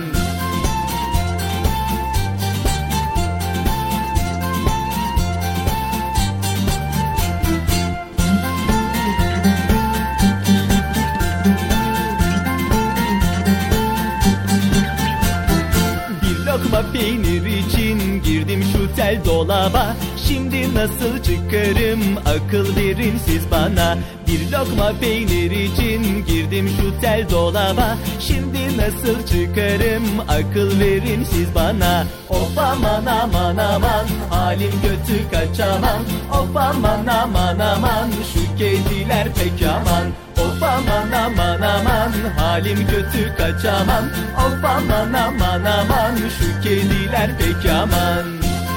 Lokma peynir için girdim şu tel dolaba. Şimdi nasıl çıkarım, akıl verin siz bana. Bir lokma peynir için girdim şu tel dolaba. Şimdi nasıl çıkarım, akıl verin siz bana. Of aman aman aman, halim kötü kaçamam. Of aman aman aman, şu kediler pek aman. Of aman aman aman, halim kötü kaçamam. Of aman aman aman, şu kediler pek aman.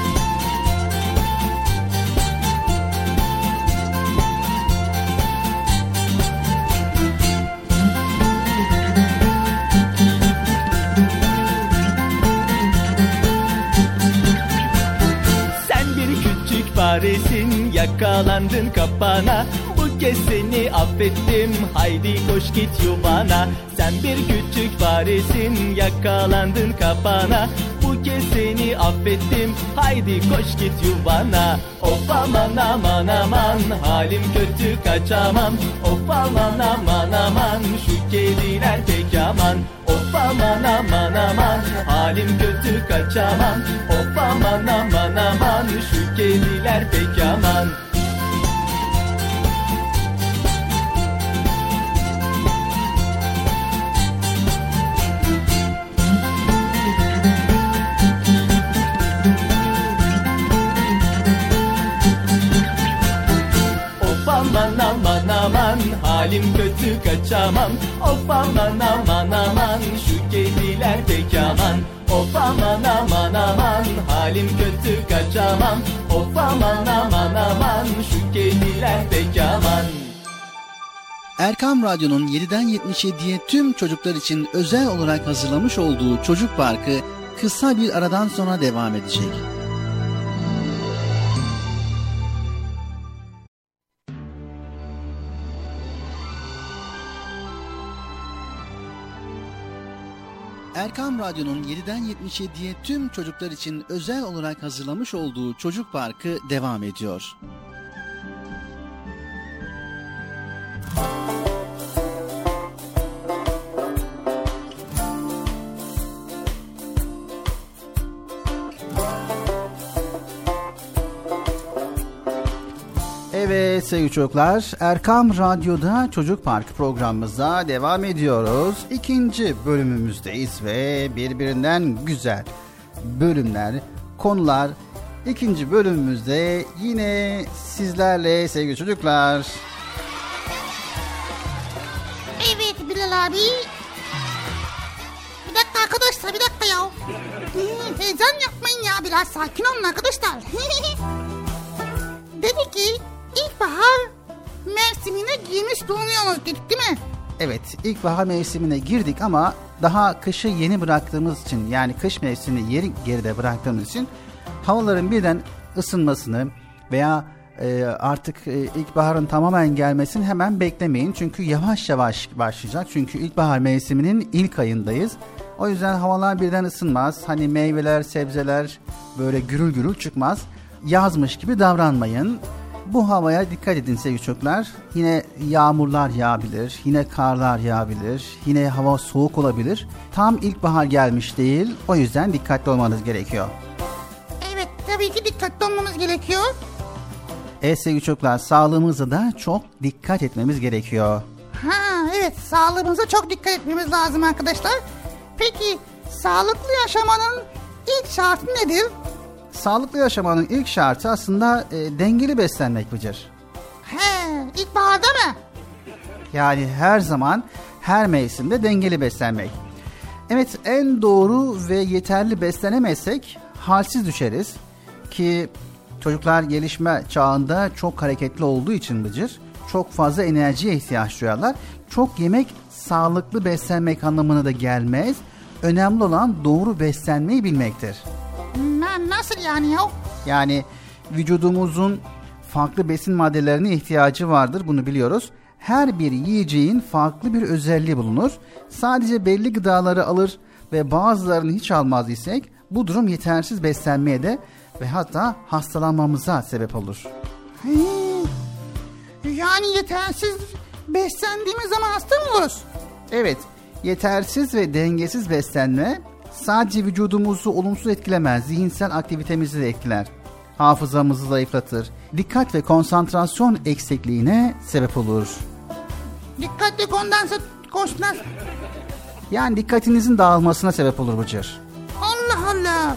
Sen bir küçük faresin, yakalandın kapana. Bu kez seni affettim, haydi koş git yuvana. Sen bir küçük faresin, yakalandın kapana. Bu kez seni affettim, haydi koş git yuvana. Of aman aman aman, halim kötü kaçamam. Of aman aman aman, şu kediler pek aman. Of aman aman aman, halim kötü kaçamam. Of aman aman aman, şu kediler pek aman. Aman aman aman, halim kötü kaçamam. Of aman aman aman, şu kediler pek aman. Of aman aman aman, halim kötü kaçamam. Of aman aman aman, şu kediler diller pek aman. Erkam Radyo'nun 7'den 77'ye tüm çocuklar için özel olarak hazırlamış olduğu Çocuk Parkı kısa bir aradan sonra devam edecek. Erkam Radyo'nun 7'den 77'ye tüm çocuklar için özel olarak hazırlamış olduğu Çocuk Parkı devam ediyor. Evet sevgili çocuklar, Erkam Radyo'da Çocuk Parkı programımıza devam ediyoruz. İkinci bölümümüzdeyiz ve birbirinden güzel bölümler, konular. İkinci bölümümüzde yine sizlerle sevgili çocuklar. Evet Bilal abi. Bir dakika arkadaşlar, bir dakika ya. Heyecan yapmayın ya, biraz sakin olun arkadaşlar. Dedi ki ilkbahar mevsimine girmiş bulunuyoruz dedik değil mi? Evet, ilkbahar mevsimine girdik ama daha kışı yeni bıraktığımız için, yani kış mevsimini yeri geride bıraktığımız için havaların birden ısınmasını veya artık ilkbaharın tamamen gelmesini hemen beklemeyin. Çünkü yavaş yavaş başlayacak. Çünkü ilkbahar mevsiminin ilk ayındayız. O yüzden havalar birden ısınmaz. Hani meyveler, sebzeler böyle gürül gürül çıkmaz. Yazmış gibi davranmayın. Bu havaya dikkat edin sevgili çocuklar. Yine yağmurlar yağabilir, yine karlar yağabilir, yine hava soğuk olabilir. Tam ilkbahar gelmiş değil, o yüzden dikkatli olmanız gerekiyor. Evet, tabii ki dikkatli olmamız gerekiyor. Evet sevgili çocuklar, sağlığımıza da çok dikkat etmemiz gerekiyor. Ha evet, sağlığımıza çok dikkat etmemiz lazım arkadaşlar. Peki sağlıklı yaşamanın ilk şartı nedir? Sağlıklı yaşamanın ilk şartı aslında dengeli beslenmek Bıcır. He, ilkbaharda mı? Yani her zaman, her mevsimde dengeli beslenmek. Evet, en doğru ve yeterli beslenemezsek halsiz düşeriz. Ki çocuklar gelişme çağında çok hareketli olduğu için Bıcır, çok fazla enerjiye ihtiyaç duyarlar. Çok yemek sağlıklı beslenmek anlamına da gelmez. Önemli olan doğru beslenmeyi bilmektir. Nasıl yani ya? Yani vücudumuzun farklı besin maddelerine ihtiyacı vardır, bunu biliyoruz. Her bir yiyeceğin farklı bir özelliği bulunur. Sadece belli gıdaları alır ve bazılarını hiç almaz isek bu durum yetersiz beslenmeye de ve hatta hastalanmamıza sebep olur. Yani yetersiz beslendiğimiz zaman hasta mı oluruz? Evet, yetersiz ve dengesiz beslenme sadece vücudumuzu olumsuz etkilemez, zihinsel aktivitemizi de etkiler. Hafızamızı zayıflatır, dikkat ve konsantrasyon eksikliğine sebep olur. Dikkatli konsantrasyon. Yani dikkatinizin dağılmasına sebep olur Bıcır. Allah Allah.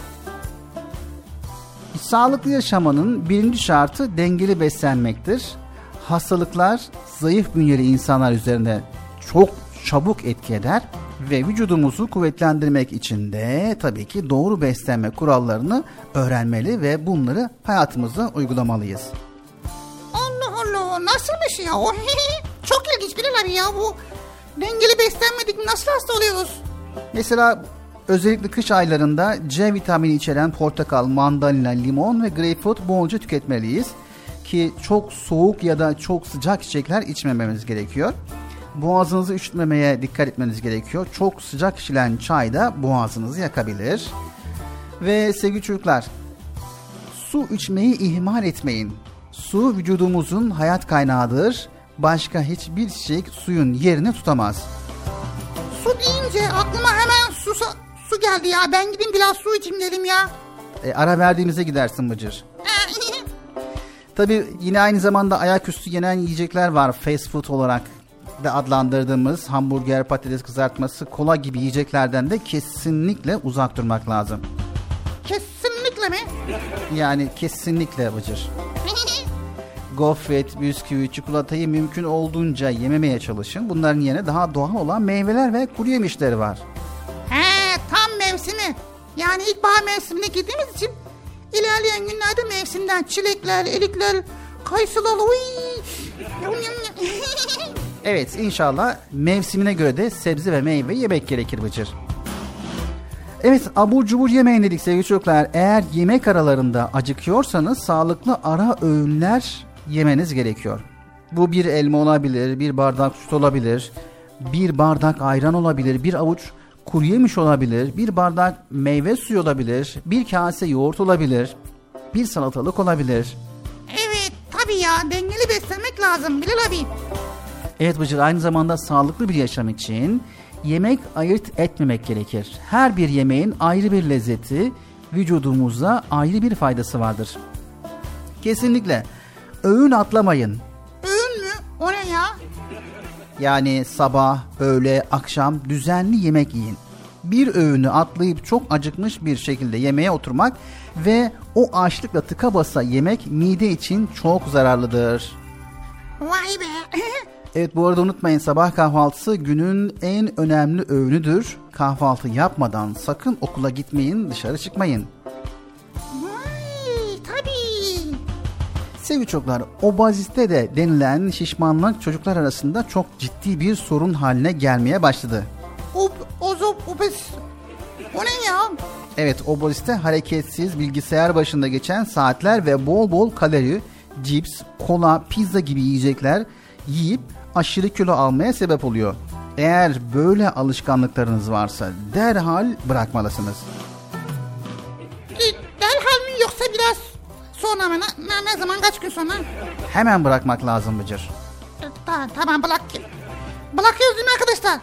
Sağlıklı yaşamanın birinci şartı dengeli beslenmektir. Hastalıklar zayıf bünyeli insanlar üzerinde çok çabuk etki eder ve vücudumuzu kuvvetlendirmek için de tabii ki doğru beslenme kurallarını öğrenmeli ve bunları hayatımızda uygulamalıyız. Allah Allah, nasıl bir şey ya o? Çok ilginç Bilal abi ya, bu dengeli beslenmedik nasıl hasta oluyoruz? Mesela özellikle kış aylarında C vitamini içeren portakal, mandalina, limon ve greyfurt bolca tüketmeliyiz. Ki çok soğuk ya da çok sıcak içecekler içmememiz gerekiyor. Boğazınızı üşütmemeye dikkat etmeniz gerekiyor. Çok sıcak içilen çay da boğazınızı yakabilir. Ve sevgili çocuklar, su içmeyi ihmal etmeyin. Su vücudumuzun hayat kaynağıdır. Başka hiçbir şey suyun yerini tutamaz. Su deyince aklıma hemen su geldi ya. Ben gideyim biraz su içeyim dedim ya. Ara verdiğimize gidersin Bıcır. Tabii yine aynı zamanda ayaküstü yenen yiyecekler var. Fast food olarak da adlandırdığımız hamburger, patates kızartması, kola gibi yiyeceklerden de kesinlikle uzak durmak lazım. Kesinlikle mi? Yani kesinlikle Bıcır. Gofret, bisküvi, çikolatayı mümkün olduğunca yememeye çalışın. Bunların yerine daha doğal olan meyveler ve kuru yemişleri var. He, tam mevsimi. Yani ilkbahar mevsimine girdiğimiz için ilerleyen günlerde mevsimden çilekler, elikler, kayısılar, Evet, inşallah mevsimine göre de sebze ve meyve yemek gerekir Bıcır. Evet, abur cubur yemeyin dedik sevgili çocuklar. Eğer yemek aralarında acıkıyorsanız sağlıklı ara öğünler yemeniz gerekiyor. Bu bir elma olabilir, bir bardak süt olabilir, bir bardak ayran olabilir, bir avuç kuru yemiş olabilir, bir bardak meyve suyu olabilir, bir kase yoğurt olabilir, bir salatalık olabilir. Evet tabii ya, dengeli beslenmek lazım Bilal abi. Evet Bıcır, aynı zamanda sağlıklı bir yaşam için yemek ayırt etmemek gerekir. Her bir yemeğin ayrı bir lezzeti, vücudumuza ayrı bir faydası vardır. Kesinlikle öğün atlamayın. Öğün mü? O ne ya? Yani sabah, öğle, akşam düzenli yemek yiyin. Bir öğünü atlayıp çok acıkmış bir şekilde yemeğe oturmak ve o açlıkla tıka basa yemek mide için çok zararlıdır. Vay be. Evet, bu arada unutmayın, sabah kahvaltısı günün en önemli öğünüdür. Kahvaltı yapmadan sakın okula gitmeyin, dışarı çıkmayın. Vay tabii. Sevgili çocuklar, obezite de denilen şişmanlık çocuklar arasında çok ciddi bir sorun haline gelmeye başladı. Obez. O ne ya? Evet, obezite hareketsiz bilgisayar başında geçen saatler ve bol bol kalori, cips, kola, pizza gibi yiyecekler yiyip aşırı kilo almaya sebep oluyor. Eğer böyle alışkanlıklarınız varsa derhal bırakmalısınız. Derhal mi yoksa biraz sonra mı? Ne zaman, kaç gün sonra? Hemen bırakmak lazım Bıcır. Tamam bırakıyoruz değil mi arkadaşlar?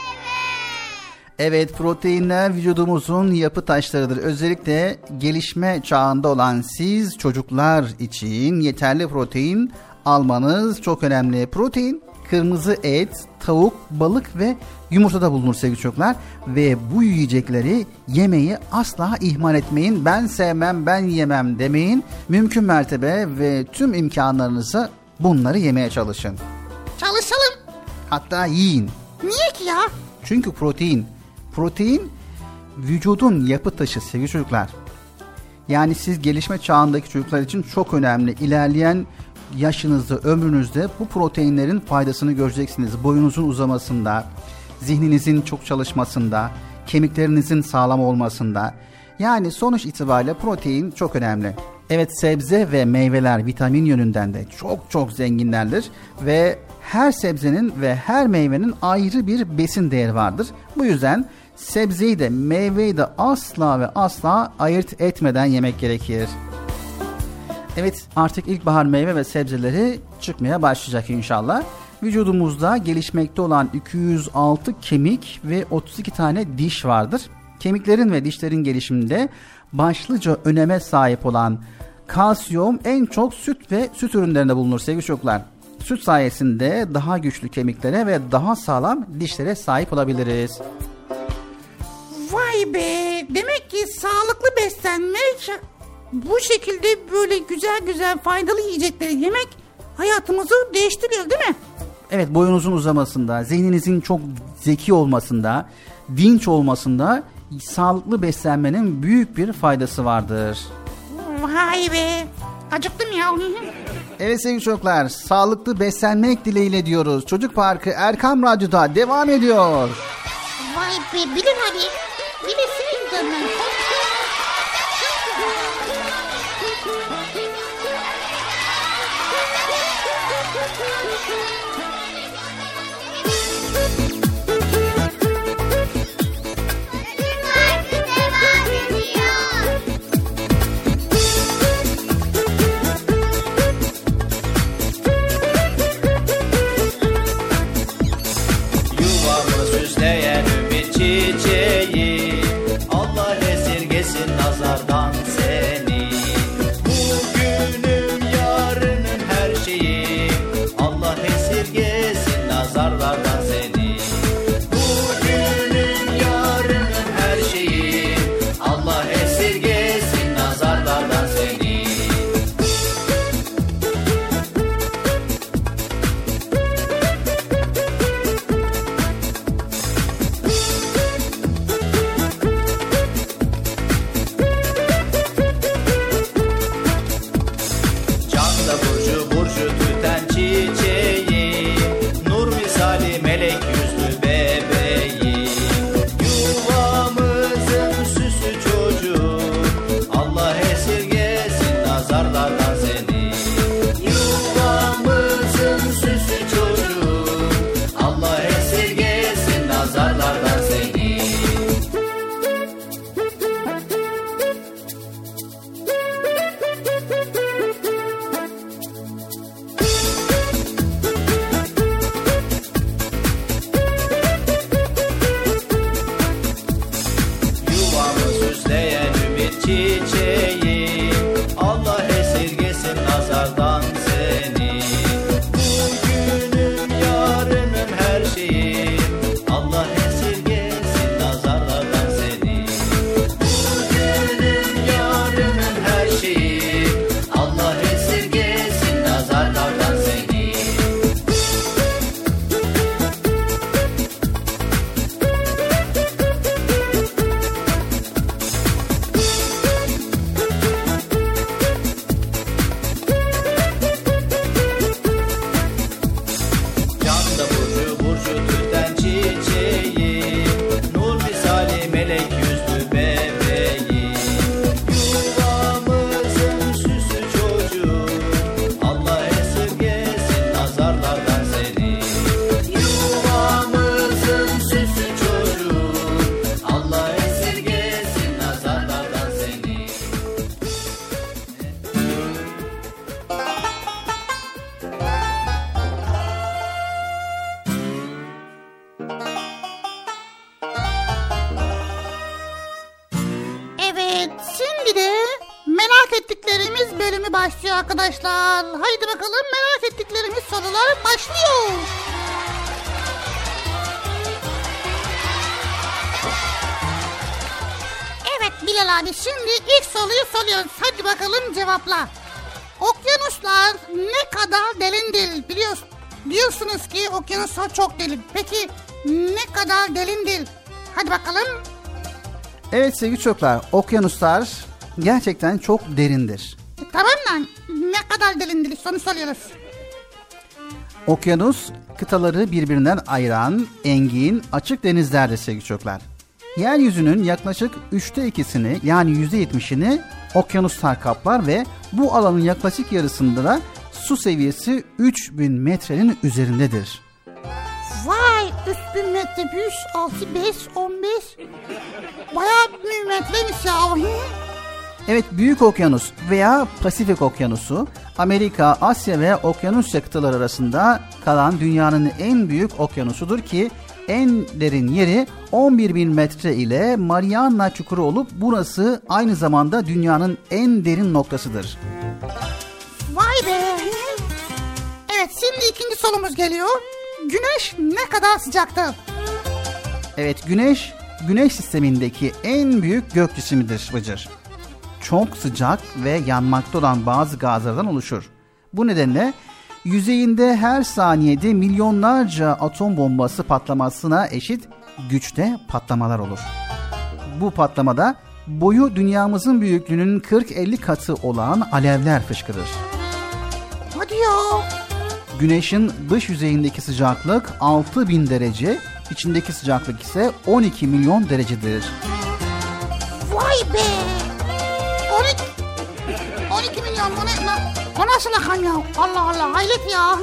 Evet, proteinler vücudumuzun yapı taşlarıdır. Özellikle gelişme çağında olan siz çocuklar için yeterli protein almanız çok önemli. Protein kırmızı et, tavuk, balık ve yumurtada bulunur sevgili çocuklar. Ve bu yiyecekleri yemeyi asla ihmal etmeyin. Ben sevmem, ben yemem demeyin. Mümkün mertebe ve tüm imkanlarınızı bunları yemeye çalışın. Çalışalım. Hatta yiyin. Niye ki ya? Çünkü protein vücudun yapı taşı sevgili çocuklar. Yani siz gelişme çağındaki çocuklar için çok önemli. İlerleyen yaşınızda, ömrünüzde bu proteinlerin faydasını göreceksiniz. Boyunuzun uzamasında, zihninizin çok çalışmasında, kemiklerinizin sağlam olmasında. Yani sonuç itibariyle protein çok önemli. Evet, sebze ve meyveler vitamin yönünden de çok zenginlerdir ve her sebzenin ve her meyvenin ayrı bir besin değeri vardır. Bu yüzden sebzeyi de meyveyi de asla ve asla ayırt etmeden yemek gerekir. Evet, artık ilkbahar meyve ve sebzeleri çıkmaya başlayacak inşallah. Vücudumuzda gelişmekte olan 206 kemik ve 32 tane diş vardır. Kemiklerin ve dişlerin gelişiminde başlıca öneme sahip olan kalsiyum en çok süt ve süt ürünlerinde bulunur sevgili çocuklar. Süt sayesinde daha güçlü kemiklere ve daha sağlam dişlere sahip olabiliriz. Vay be, demek ki sağlıklı beslenmek, bu şekilde böyle güzel faydalı yiyecekleri yemek hayatımızı değiştiriyor değil mi? Evet, boyunuzun uzamasında, zihninizin çok zeki olmasında, dinç olmasında sağlıklı beslenmenin büyük bir faydası vardır. Vay be, acıktım ya. Evet sevgili çocuklar, sağlıklı beslenmek dileğiyle diyoruz. Çocuk Parkı Erkam Radyo'da devam ediyor. Vay be Bilal abi, bir de senin yüzünden. Süsleyen ümit çiçeği, Allah esirgesin nazardan seni. Bugünüm yarının her şeyi, Allah esirgesin Allah esirgesin nazarlardan seni. Yuvamızın süsü çocuğu, Allah esirgesin nazarlardan seni. Yuvamı süsleyen ümit çiçeği, Allah esirgesin nazardan seni. Bugünüm yarınım her şeyim, Allah esirgesin nazarlardan seni. Bugünüm yarınım her şeyim, Allah esirgesin nazarlardan seni. Canda burcu burcu tüten çiçeği, nur misali melek yüzlü bebeği. Yuvamızın süsü çocuğu, Allah esirgesin nazarlardan seni. Yuvamızın süsü çocuğu, Allah esirgesin nazarlardan seni. Evet, şimdi de merak ettiklerimiz bölümü başlıyor arkadaşlar. Haydi bakalım, merak ettiklerimiz sorular başlıyor. Evet Bilal abi, şimdi ilk soruyu soruyoruz. Hadi bakalım cevapla. Okyanuslar ne kadar derindir? Diyorsunuz ki okyanuslar çok derin. Peki ne kadar derindir? Hadi bakalım. Evet sevgili çocuklar, okyanuslar gerçekten çok derindir. Tamam lan. Ne kadar derindir? Soru soruyoruz. Okyanus kıtaları birbirinden ayıran engin açık denizlerdir sevgili çocuklar. Yeryüzünün yaklaşık 2/3'ünü yani %70'ini okyanuslar kaplar ve bu alanın yaklaşık yarısında da su seviyesi 3000 metrenin üzerindedir. Vay, 3000 metre, 100, 6, 5, 15. Bayağı bir metreymiş ya. Evet, Büyük Okyanus veya Pasifik Okyanusu, Amerika, Asya ve Okyanusya kıtaları arasında kalan dünyanın en büyük okyanusudur ki en derin yeri 11.000 metre ile Mariana Çukuru olup burası aynı zamanda dünyanın en derin noktasıdır. Vay be. Evet, şimdi ikinci sorumuz geliyor. Güneş ne kadar sıcaktır? Evet, Güneş sistemindeki en büyük gök cismidir Bıcır. Çok sıcak ve yanmakta olan bazı gazlardan oluşur. Bu nedenle yüzeyinde her saniyede milyonlarca atom bombası patlamasına eşit güçte patlamalar olur. Bu patlamada boyu dünyamızın büyüklüğünün 40-50 katı olan alevler fışkırır. Hadi ya. Güneşin dış yüzeyindeki sıcaklık 6000 derece, içindeki sıcaklık ise 12 milyon derecedir. Vay be. 12 milyon mu ne? O nasıl rakam ya? Allah Allah, hayret ya.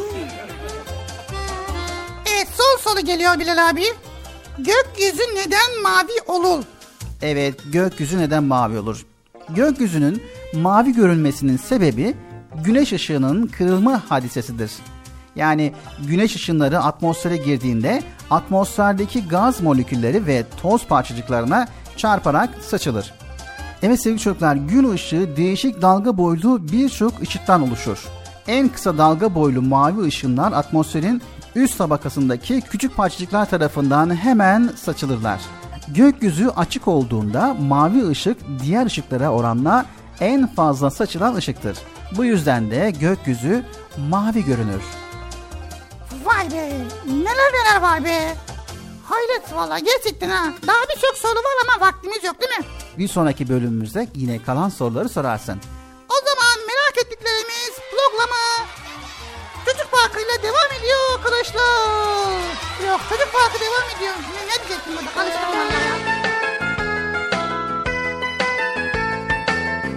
Evet, son soru geliyor Bilal abi. Gökyüzü neden mavi olur? Evet, gökyüzü neden mavi olur? Gökyüzünün mavi görünmesinin sebebi güneş ışığının kırılma hadisesidir. Yani güneş ışınları atmosfere girdiğinde atmosferdeki gaz molekülleri ve toz parçacıklarına çarparak saçılır. Evet sevgili çocuklar, gün ışığı değişik dalga boylu birçok ışıktan oluşur. En kısa dalga boylu mavi ışınlar atmosferin üst tabakasındaki küçük parçacıklar tarafından hemen saçılırlar. Gökyüzü açık olduğunda mavi ışık diğer ışıklara oranla en fazla saçılan ışıktır. Bu yüzden de gökyüzü mavi görünür. Vay be, neler var be. Hayret valla, gerçekten ha. Daha birçok soru var ama vaktimiz yok değil mi? Bir sonraki bölümümüzde yine kalan soruları sorarsın. O zaman merak ettiklerimiz programı Çocuk Parkı ile devam ediyor arkadaşlar. Yok, Çocuk Parkı devam ediyor. Ne diyecektim burada? Karıştırdım valla ya.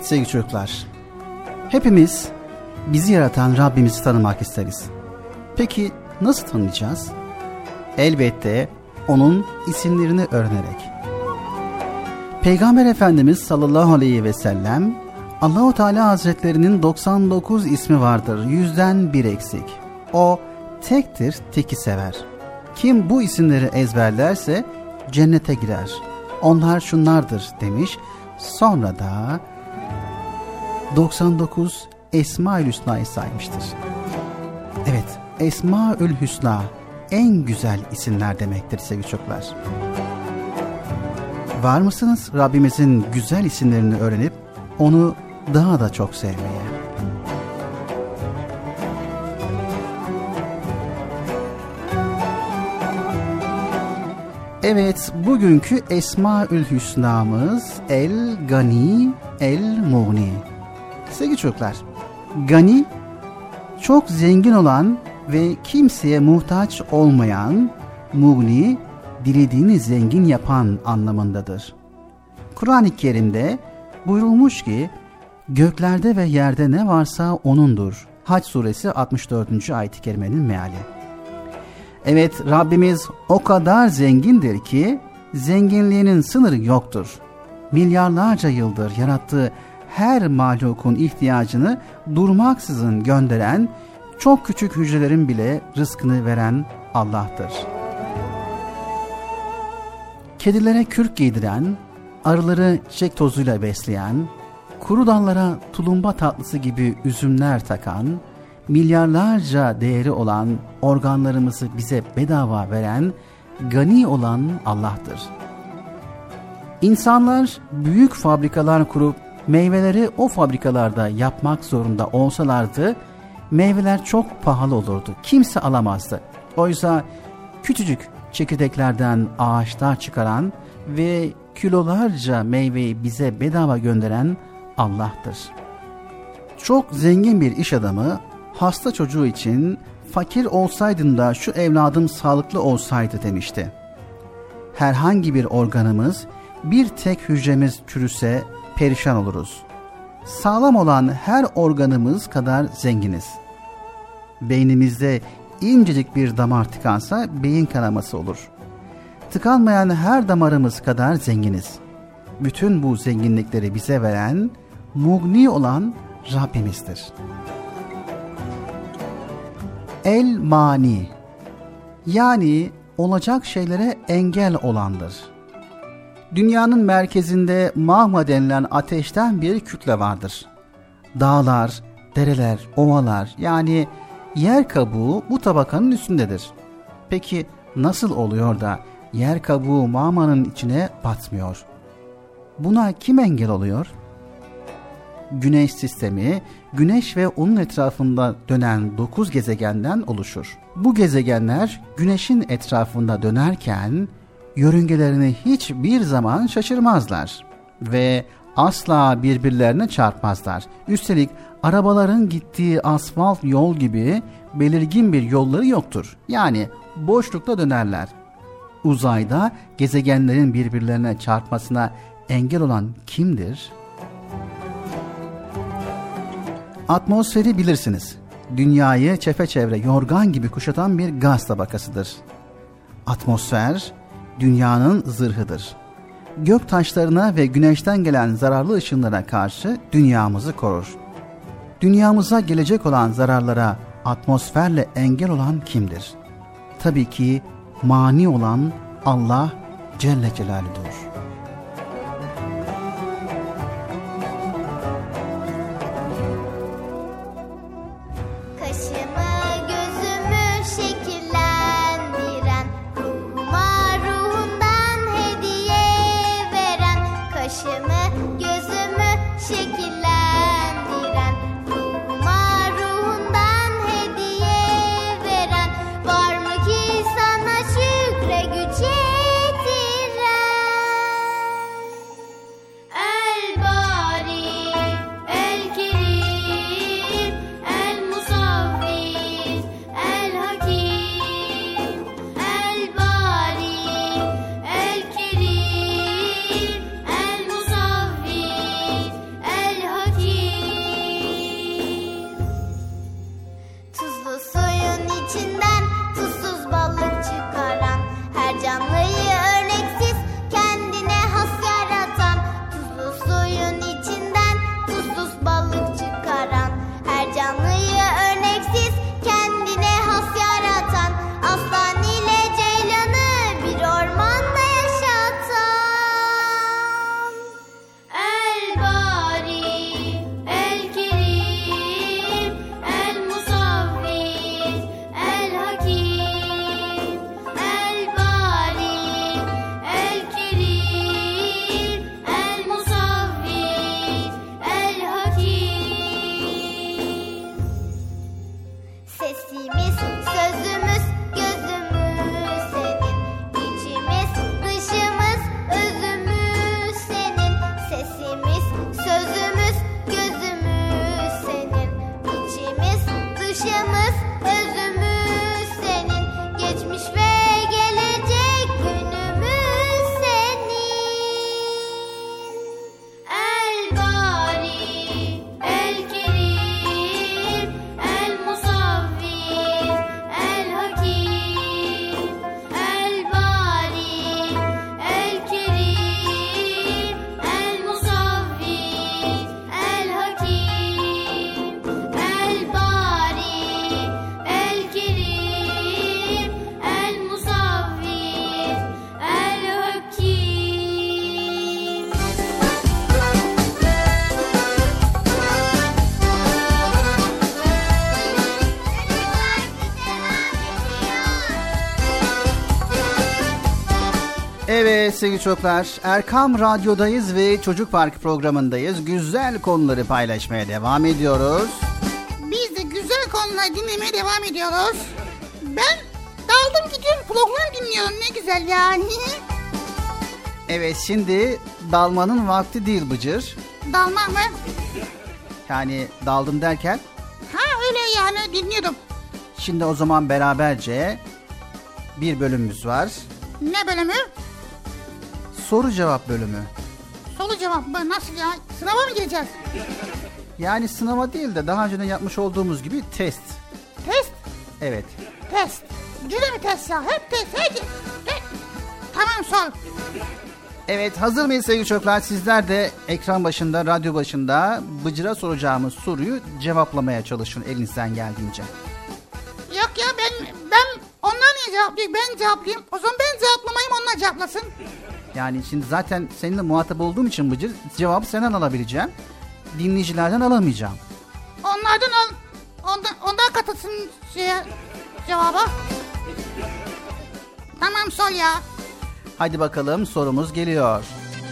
Evet sevgili çocuklar, hepimiz bizi yaratan Rabbimizi tanımak isteriz. Peki nasıl tanıyacağız? Elbette onun isimlerini öğrenerek. Peygamber Efendimiz sallallahu aleyhi ve sellem, Allah-u Teala Hazretlerinin 99 ismi vardır, 100'den bir eksik. O tektir, teki sever. Kim bu isimleri ezberlerse cennete girer. Onlar şunlardır demiş. Sonra da 99 Esma-ül Hüsna'yı saymıştır. Evet, Esma-ül Hüsna en güzel isimler demektir sevgili çocuklar. Var mısınız Rabbimizin güzel isimlerini öğrenip onu daha da çok sevmeye? Evet, bugünkü Esma-ül Hüsna'mız El Gani, El Muğni. Sevgili çocuklar, Gani, çok zengin olan ve kimseye muhtaç olmayan, Muğni, dilediğini zengin yapan anlamındadır. Kur'an-ı Kerim'de buyurulmuş ki, göklerde ve yerde ne varsa O'nundur. Hac suresi 64. ayet-i kerimenin meali. Evet, Rabbimiz o kadar zengindir ki zenginliğinin sınırı yoktur. Milyarlarca yıldır yarattığı her mahlukun ihtiyacını durmaksızın gönderen, çok küçük hücrelerin bile rızkını veren Allah'tır. Kedilere kürk giydiren, arıları çiçek tozuyla besleyen, kuru dallara tulumba tatlısı gibi üzümler takan, milyarlarca değeri olan organlarımızı bize bedava veren, gani olan Allah'tır. İnsanlar büyük fabrikalar kurup meyveleri o fabrikalarda yapmak zorunda olsalardı, meyveler çok pahalı olurdu. Kimse alamazdı. Oysa küçücük çekirdeklerden ağaçlar çıkaran ve kilolarca meyveyi bize bedava gönderen Allah'tır. Çok zengin bir iş adamı hasta çocuğu için fakir olsaydın da şu evladım sağlıklı olsaydı demişti. Herhangi bir organımız, bir tek hücremiz çürüse perişan oluruz. Sağlam olan her organımız kadar zenginiz. Beynimizde incecik bir damar tıkansa beyin kanaması olur. Tıkanmayan her damarımız kadar zenginiz. Bütün bu zenginlikleri bize veren, mugni olan Rabbimizdir. El mani, yani olacak şeylere engel olandır. Dünyanın merkezinde magma denilen ateşten bir kütle vardır. Dağlar, dereler, ovalar, yani yer kabuğu bu tabakanın üstündedir. Peki nasıl oluyor da yer kabuğu magmanın içine batmıyor? Buna kim engel oluyor? Güneş sistemi, Güneş ve onun etrafında dönen 9 gezegenden oluşur. Bu gezegenler Güneş'in etrafında dönerken yörüngelerini hiçbir zaman şaşırmazlar ve asla birbirlerine çarpmazlar. Üstelik arabaların gittiği asfalt yol gibi belirgin bir yolları yoktur. Yani boşlukta dönerler. Uzayda gezegenlerin birbirlerine çarpmasına engel olan kimdir? Atmosferi bilirsiniz. Dünyayı çepeçevre yorgan gibi kuşatan bir gaz tabakasıdır. Atmosfer, dünyanın zırhıdır. Gök taşlarına ve güneşten gelen zararlı ışınlara karşı dünyamızı korur. Dünyamıza gelecek olan zararlara atmosferle engel olan kimdir? Tabii ki mani olan Allah Celle Celaluhu'dur. Evet sevgili çocuklar, Erkam Radyo'dayız ve Çocuk Parkı programındayız. Güzel konuları paylaşmaya devam ediyoruz. Biz de güzel konuları dinlemeye devam ediyoruz. Ben daldım gidiyorum, program dinliyorum, ne güzel yani. Evet, şimdi dalmanın vakti değil Bıcır. Dalmak mı? Yani daldım derken? Ha öyle yani, dinliyordum. Şimdi o zaman beraberce bir bölümümüz var. Ne bölümü? Soru cevap bölümü. Soru cevap mı? Nasıl ya? Sınava mı gireceğiz? Yani sınava değil de daha önceden yapmış olduğumuz gibi test. Test? Evet. Test. Gene mi test ya? Hep test. Tamam, sor. Evet, hazır mıyız sevgili çocuklar? Sizler de ekran başında, radyo başında Bıcır'a soracağımız soruyu cevaplamaya çalışın elinizden geldiğince. Yok ya, ben onlar niye cevaplayayım? Ben cevaplayayım. O zaman ben cevaplamayayım, onlar cevaplasın. Yani şimdi zaten seninle muhatap olduğum için Bıcır, cevabı senden alabileceğim. Dinleyicilerden alamayacağım. Onlardan al. Ondan katılsın cevaba. Tamam, sor ya. Hadi bakalım, sorumuz geliyor.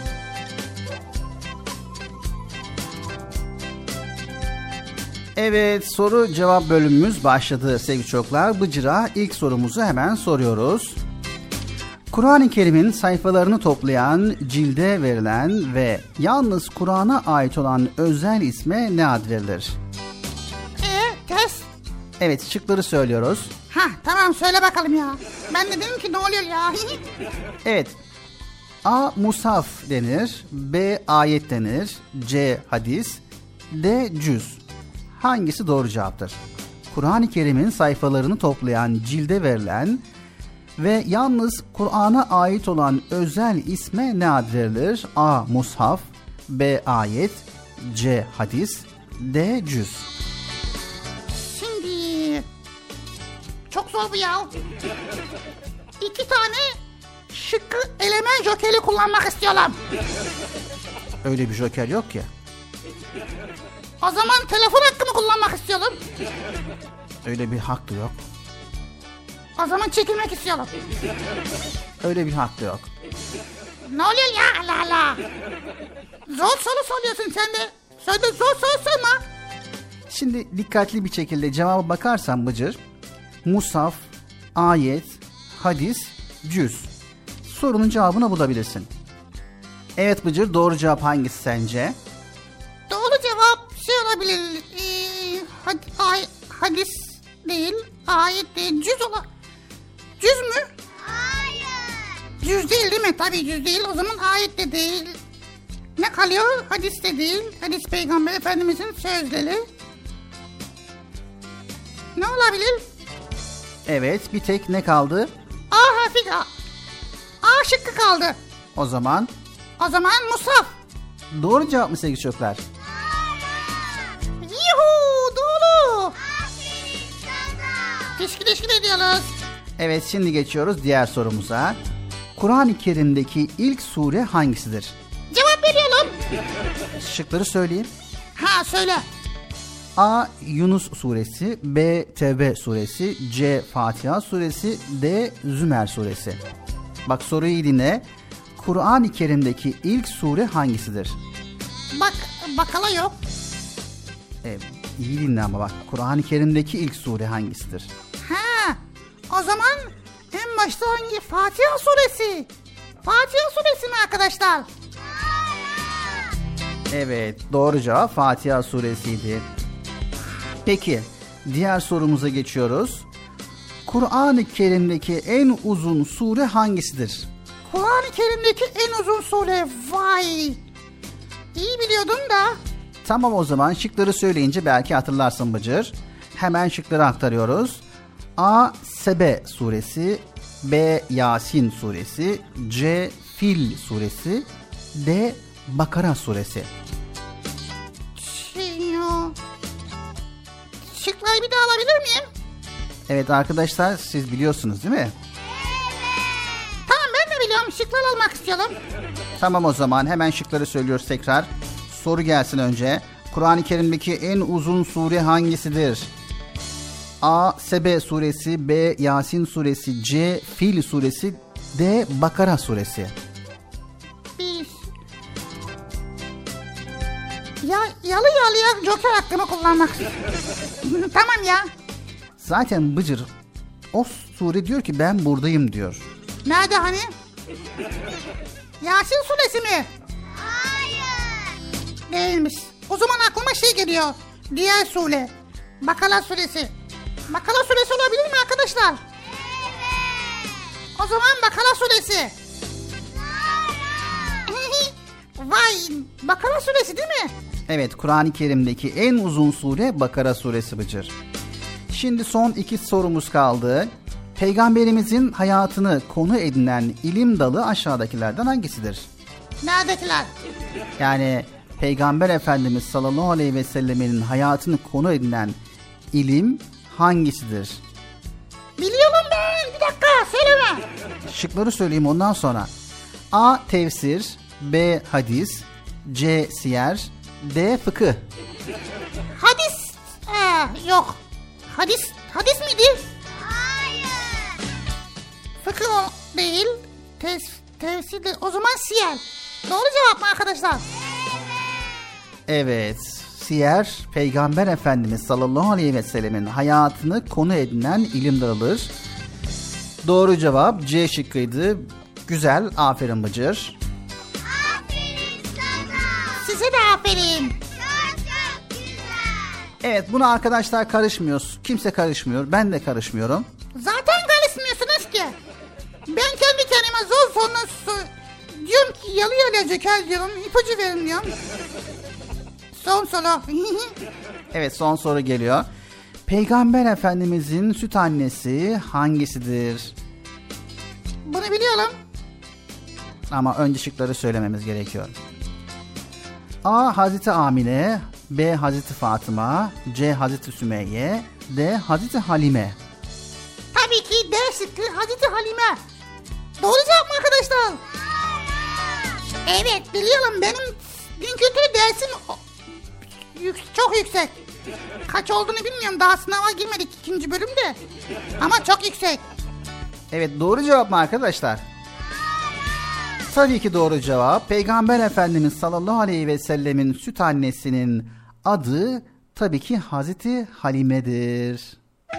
Evet, soru cevap bölümümüz başladı sevgili çocuklar. Bıcır'a ilk sorumuzu hemen soruyoruz. Kur'an-ı Kerim'in sayfalarını toplayan, cilde verilen ve yalnız Kur'an'a ait olan özel isme ne ad verilir? Test. Evet, şıkları söylüyoruz. Tamam, söyle bakalım ya. Ben de dedim ki ne oluyor ya. Evet. A. Musaf denir. B. Ayet denir. C. Hadis. D. Cüz. Hangisi doğru cevaptır? Kur'an-ı Kerim'in sayfalarını toplayan, cilde verilen ve yalnız Kur'an'a ait olan özel isme ne ad verilir? A. Mushaf. B. Ayet. C. Hadis. D. Cüz. Şimdi çok zor bu ya. 2 tane şıkkı eleme jokeri kullanmak istiyorlar. Öyle bir joker yok ki. O zaman telefon hakkımı kullanmak istiyorum. Öyle bir hak da yok. O zaman çekilmek istiyorum. Öyle bir hak da yok. Ne oluyor ya, Allah Allah. Zor soru soruyorsun sen de. Söyle, zor soru sorma. Şimdi dikkatli bir şekilde cevaba bakarsan Bıcır, Musaf, ayet, hadis, cüz. Sorunun cevabını bulabilirsin. Evet Bıcır, doğru cevap hangisi sence? Doğru cevap olabilir. Hadis değil, ayet değil, cüz olan. Cüz mü? Hayır. Cüz değil mi? Tabii cüz değil. O zaman ayet de değil. Ne kalıyor? Hadis de değil. Hadis Peygamber Efendimizin sözleri. Ne olabilir? Evet, bir tek ne kaldı? A harfi. A şıkkı kaldı. O zaman Musaf. doğru cevap mı sevgili çocuklar? Yuhuu, doğru. Aferin sana. Teşekkür ediyoruz. Evet, şimdi geçiyoruz diğer sorumuza. Kur'an-ı Kerim'deki ilk sure hangisidir? Cevap veriyorum. Şıkları söyleyeyim. Söyle. A. Yunus suresi, B. Tevbe suresi, C. Fatiha suresi, D. Zümer suresi. Bak, soruyu iyi dinle. Kur'an-ı Kerim'deki ilk sure hangisidir? Bakala yok. İyi dinle ama bak. Kur'an-ı Kerim'deki ilk sure hangisidir? O zaman en başta hangi? Fatiha suresi. Fatiha suresi mi arkadaşlar? Evet, doğru cevap Fatiha suresiydi. Peki, diğer sorumuza geçiyoruz. Kur'an-ı Kerim'deki en uzun sure hangisidir? Kur'an-ı Kerim'deki en uzun sure. Vay. İyi biliyordum da. Tamam, o zaman şıkları söyleyince belki hatırlarsın Bıcır. Hemen şıkları aktarıyoruz. A. Sebe suresi, B. Yasin suresi, C. Fil suresi, D. Bakara suresi. Şıkları bir daha alabilir miyim? Evet arkadaşlar, siz biliyorsunuz değil mi? Tamam, ben de biliyorum. Şıkları almak istiyorum. Tamam, o zaman hemen şıkları söylüyoruz tekrar. Soru gelsin önce. Kur'an-ı Kerim'deki en uzun sure hangisidir? A. Sebe suresi, B. Yasin suresi, C. Fil suresi, D. Bakara suresi. Bir. Ya yalı yalıya Joker hakkımı kullanmak. Tamam ya. Zaten Bıcır o sure diyor ki ben buradayım diyor. Nerede hani? Yasin suresi mi? Hayır. Değilmiş. O zaman aklıma şey geliyor. Diğer sure. Bakara suresi. Bakara suresi olabilir mi arkadaşlar? O zaman Bakara suresi. Vay, Bakara suresi değil mi? Evet, Kur'an-ı Kerim'deki en uzun sure Bakara suresi Bıcır. Şimdi son 2 sorumuz kaldı. Peygamberimizin hayatını konu edinen ilim dalı aşağıdakilerden hangisidir? Neredekiler? Yani Peygamber Efendimiz sallallahu aleyhi ve sellemin hayatını konu edinen ilim hangisidir? Biliyorum ben. Bir dakika söyleme. Şıkları söyleyeyim ondan sonra. A. Tefsir, B. Hadis, C. Siyer, D. Fıkıh. Hadis. Yok. Hadis miydi? Hayır. Fıkıh değil. Tefsir de. O zaman siyer. Doğru cevap mı arkadaşlar? Evet, Siyer, Peygamber Efendimiz sallallahu aleyhi ve sellemin hayatını konu edinen ilim dalıdır. Doğru cevap C şıkkıydı. Güzel, aferin Bıcır. Aferin sana. Size de aferin. Çok güzel. Evet, buna arkadaşlar karışmıyoruz. Kimse karışmıyor, ben de karışmıyorum. Zaten karışmıyorsunuz ki. Ben kendi kendime zor sonra diyorum ki yalı yalıya Joker diyorum. İpucu verin diyorum. Son soru. Evet, son soru geliyor. Peygamber Efendimizin süt annesi hangisidir? Bunu biliyorum. Ama önce şıkları söylememiz gerekiyor. A. Hazreti Amine, B. Hazreti Fatıma, C. Hazreti Sümeyye, D. Hazreti Halime. Tabii ki D şıkkı Hazreti Halime. Doğru cevap mı arkadaşlar? Evet biliyorum, benim din kültürü dersim çok yüksek. Kaç olduğunu bilmiyorum, daha sınava girmedik 2. bölümde. Ama çok yüksek. Evet, doğru cevap mı arkadaşlar? Tabii ki doğru cevap. Peygamber Efendimiz sallallahu aleyhi ve sellemin süt annesinin adı tabii ki Hazreti Halime'dir.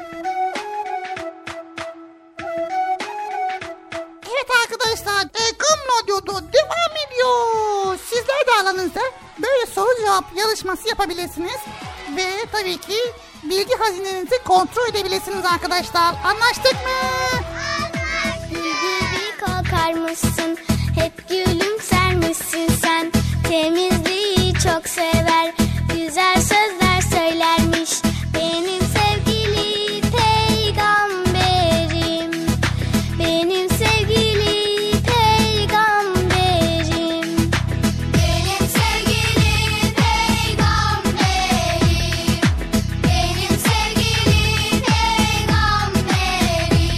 Evet arkadaşlar, Erkam Radyo'da devam ediyor. Sizler de alanınızda böyle soru cevap yarışması yapabilirsiniz. Ve tabii ki bilgi hazinenizi kontrol edebilirsiniz arkadaşlar. Anlaştık mı? Gül gibi kokarmışsın, hep gülümsermişsin sen. Temizliği çok sever, güzel sözler söylermiş. Benim sevgili peygamberim, benim sevgili peygamberim. Benim sevgili peygamberim, benim sevgili peygamberim.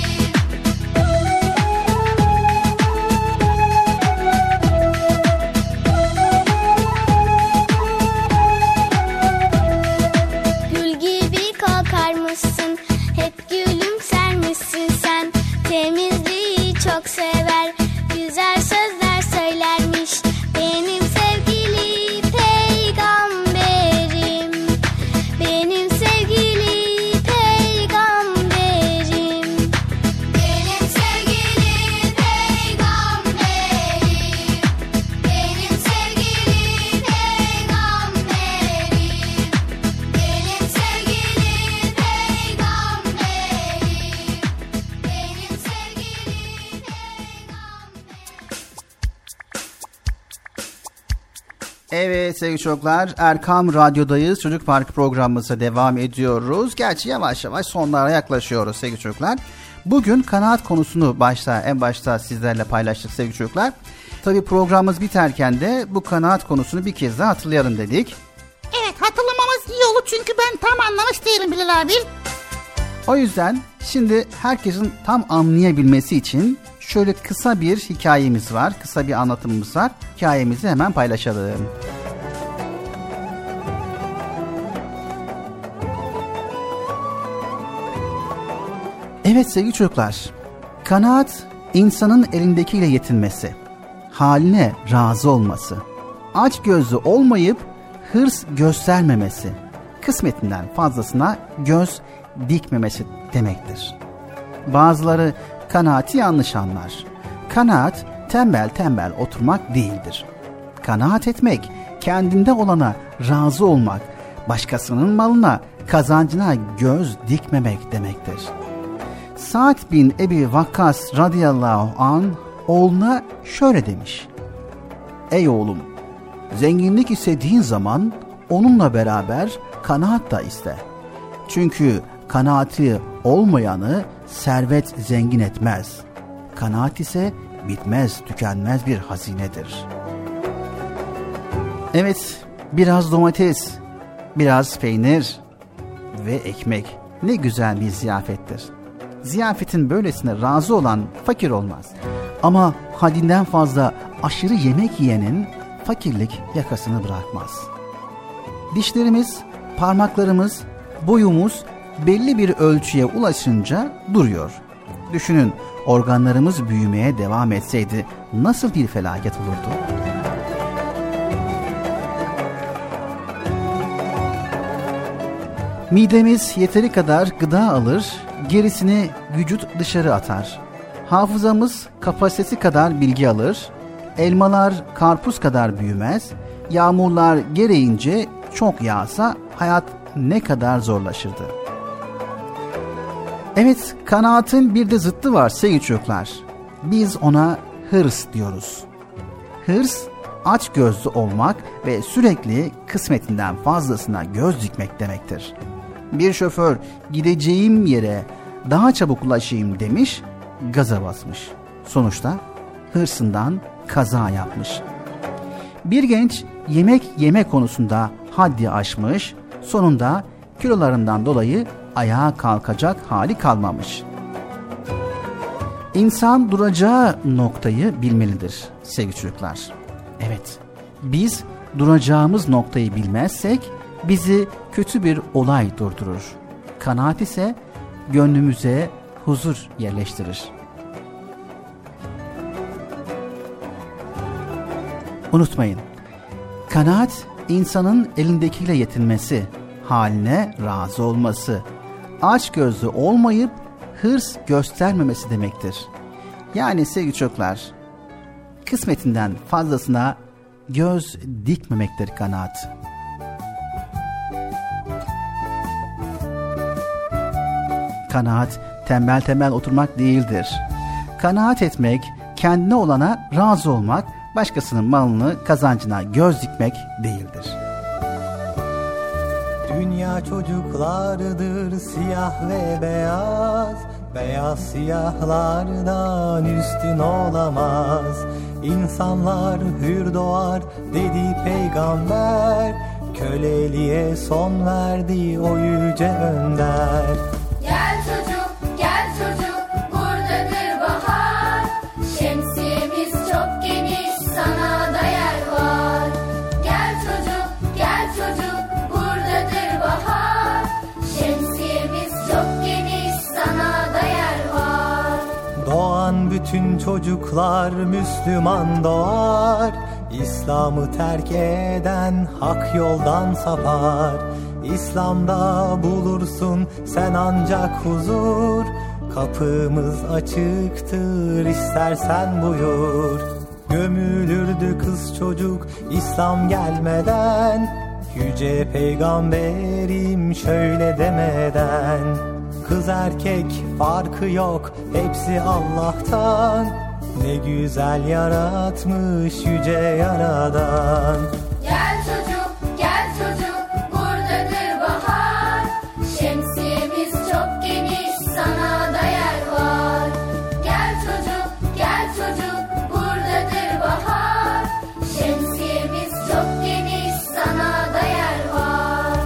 Gül gibi kokarmışsın, hep gülümsermişsin sen. Temizliği çok sever, güzel sözler söylermiş. Benim sevgili peygamberim, benim sevgili peygamberim. Benim sevgili peygamberim, benim sevgili peygamberim. Benim sevgili peygamberim, benim sevgili Evet sevgili çocuklar, Erkam Radyo'dayız. Çocuk Parkı programımıza devam ediyoruz. Gerçi yavaş yavaş sonlara yaklaşıyoruz sevgili çocuklar. Bugün kanaat konusunu en başta sizlerle paylaştık sevgili çocuklar. Tabii programımız biterken de bu kanaat konusunu bir kez daha hatırlayalım dedik. Evet, hatırlamamız iyi olur çünkü ben tam anlamış değilim Bilal abi. O yüzden şimdi herkesin tam anlayabilmesi için şöyle kısa bir hikayemiz var. Kısa bir anlatımımız var. Hikayemizi hemen paylaşalım. Evet sevgili çocuklar. Kanaat insanın elindekiyle yetinmesi, haline razı olması, açgözlü olmayıp hırs göstermemesi, kısmetinden fazlasına göz dikmemesi demektir. Bazıları kanaati yanlış anlar. Kanaat tembel tembel oturmak değildir. Kanaat etmek, kendinde olana razı olmak, başkasının malına, kazancına göz dikmemek demektir. Sa'd bin Ebi Vakkas radıyallahu anh oğluna şöyle demiş: Ey oğlum, zenginlik istediğin zaman onunla beraber kanaat da iste. Çünkü kanaati olmayanı servet zengin etmez. Kanaat ise bitmez tükenmez bir hazinedir. Evet, biraz domates, biraz peynir ve ekmek ne güzel bir ziyafettir. Ziyafetin böylesine razı olan fakir olmaz. Ama haddinden fazla aşırı yemek yiyenin fakirlik yakasını bırakmaz. Dişlerimiz, parmaklarımız, boyumuz belli bir ölçüye ulaşınca duruyor. Düşünün, organlarımız büyümeye devam etseydi nasıl bir felaket olurdu? Midemiz yeteri kadar gıda alır, gerisini vücut dışarı atar. Hafızamız kapasitesi kadar bilgi alır, elmalar karpuz kadar büyümez, yağmurlar gereğince çok yağsa hayat ne kadar zorlaşırdı. Evet, kanaatin bir de zıttı var sevgili çocuklar. Biz ona hırs diyoruz. Hırs, açgözlü olmak ve sürekli kısmetinden fazlasına göz dikmek demektir. Bir şoför gideceğim yere daha çabuk ulaşayım demiş, gaza basmış. Sonuçta hırsından kaza yapmış. Bir genç yemek yeme konusunda haddi aşmış, sonunda kilolarından dolayı ayağa kalkacak hali kalmamış. İnsan duracağı noktayı bilmelidir sevgili çocuklar. Evet, biz duracağımız noktayı bilmezsek bizi kötü bir olay durdurur. Kanaat ise gönlümüze huzur yerleştirir. Unutmayın, kanaat insanın elindekiyle yetinmesi, haline razı olması, açgözlü olmayıp hırs göstermemesi demektir. Yani sevgili çocuklar, kısmetinden fazlasına göz dikmemektir kanaat. Kanaat tembel tembel oturmak değildir. Kanaat etmek, kendine olana razı olmak, başkasının malını, kazancına göz dikmek değildir. Dünya çocuklardır siyah ve beyaz, beyaz siyahlardan üstün olamaz. İnsanlar hür doğar dedi peygamber, köleliğe son verdi o yüce önder. Gel çocuk, buradadır bahar. Şemsiyemiz çok geniş, sana da yer var. Gel çocuk, buradadır bahar. Şemsiyemiz çok geniş, sana da yer var. Doğan bütün çocuklar Müslüman doğar. İslam'ı terk eden hak yoldan sapar. İslam'da bulursun sen ancak huzur. Kapımız açıktır, istersen buyur. Gömülürdü kız çocuk İslam gelmeden, yüce peygamberim şöyle demeden. Kız erkek farkı yok, hepsi Allah'tan. Ne güzel yaratmış yüce yaradan. Gel çocuk, buradadır bahar. Şemsiyemiz çok geniş, sana da yer var. Gel çocuk, buradadır bahar. Şemsiyemiz çok geniş, sana da yer var.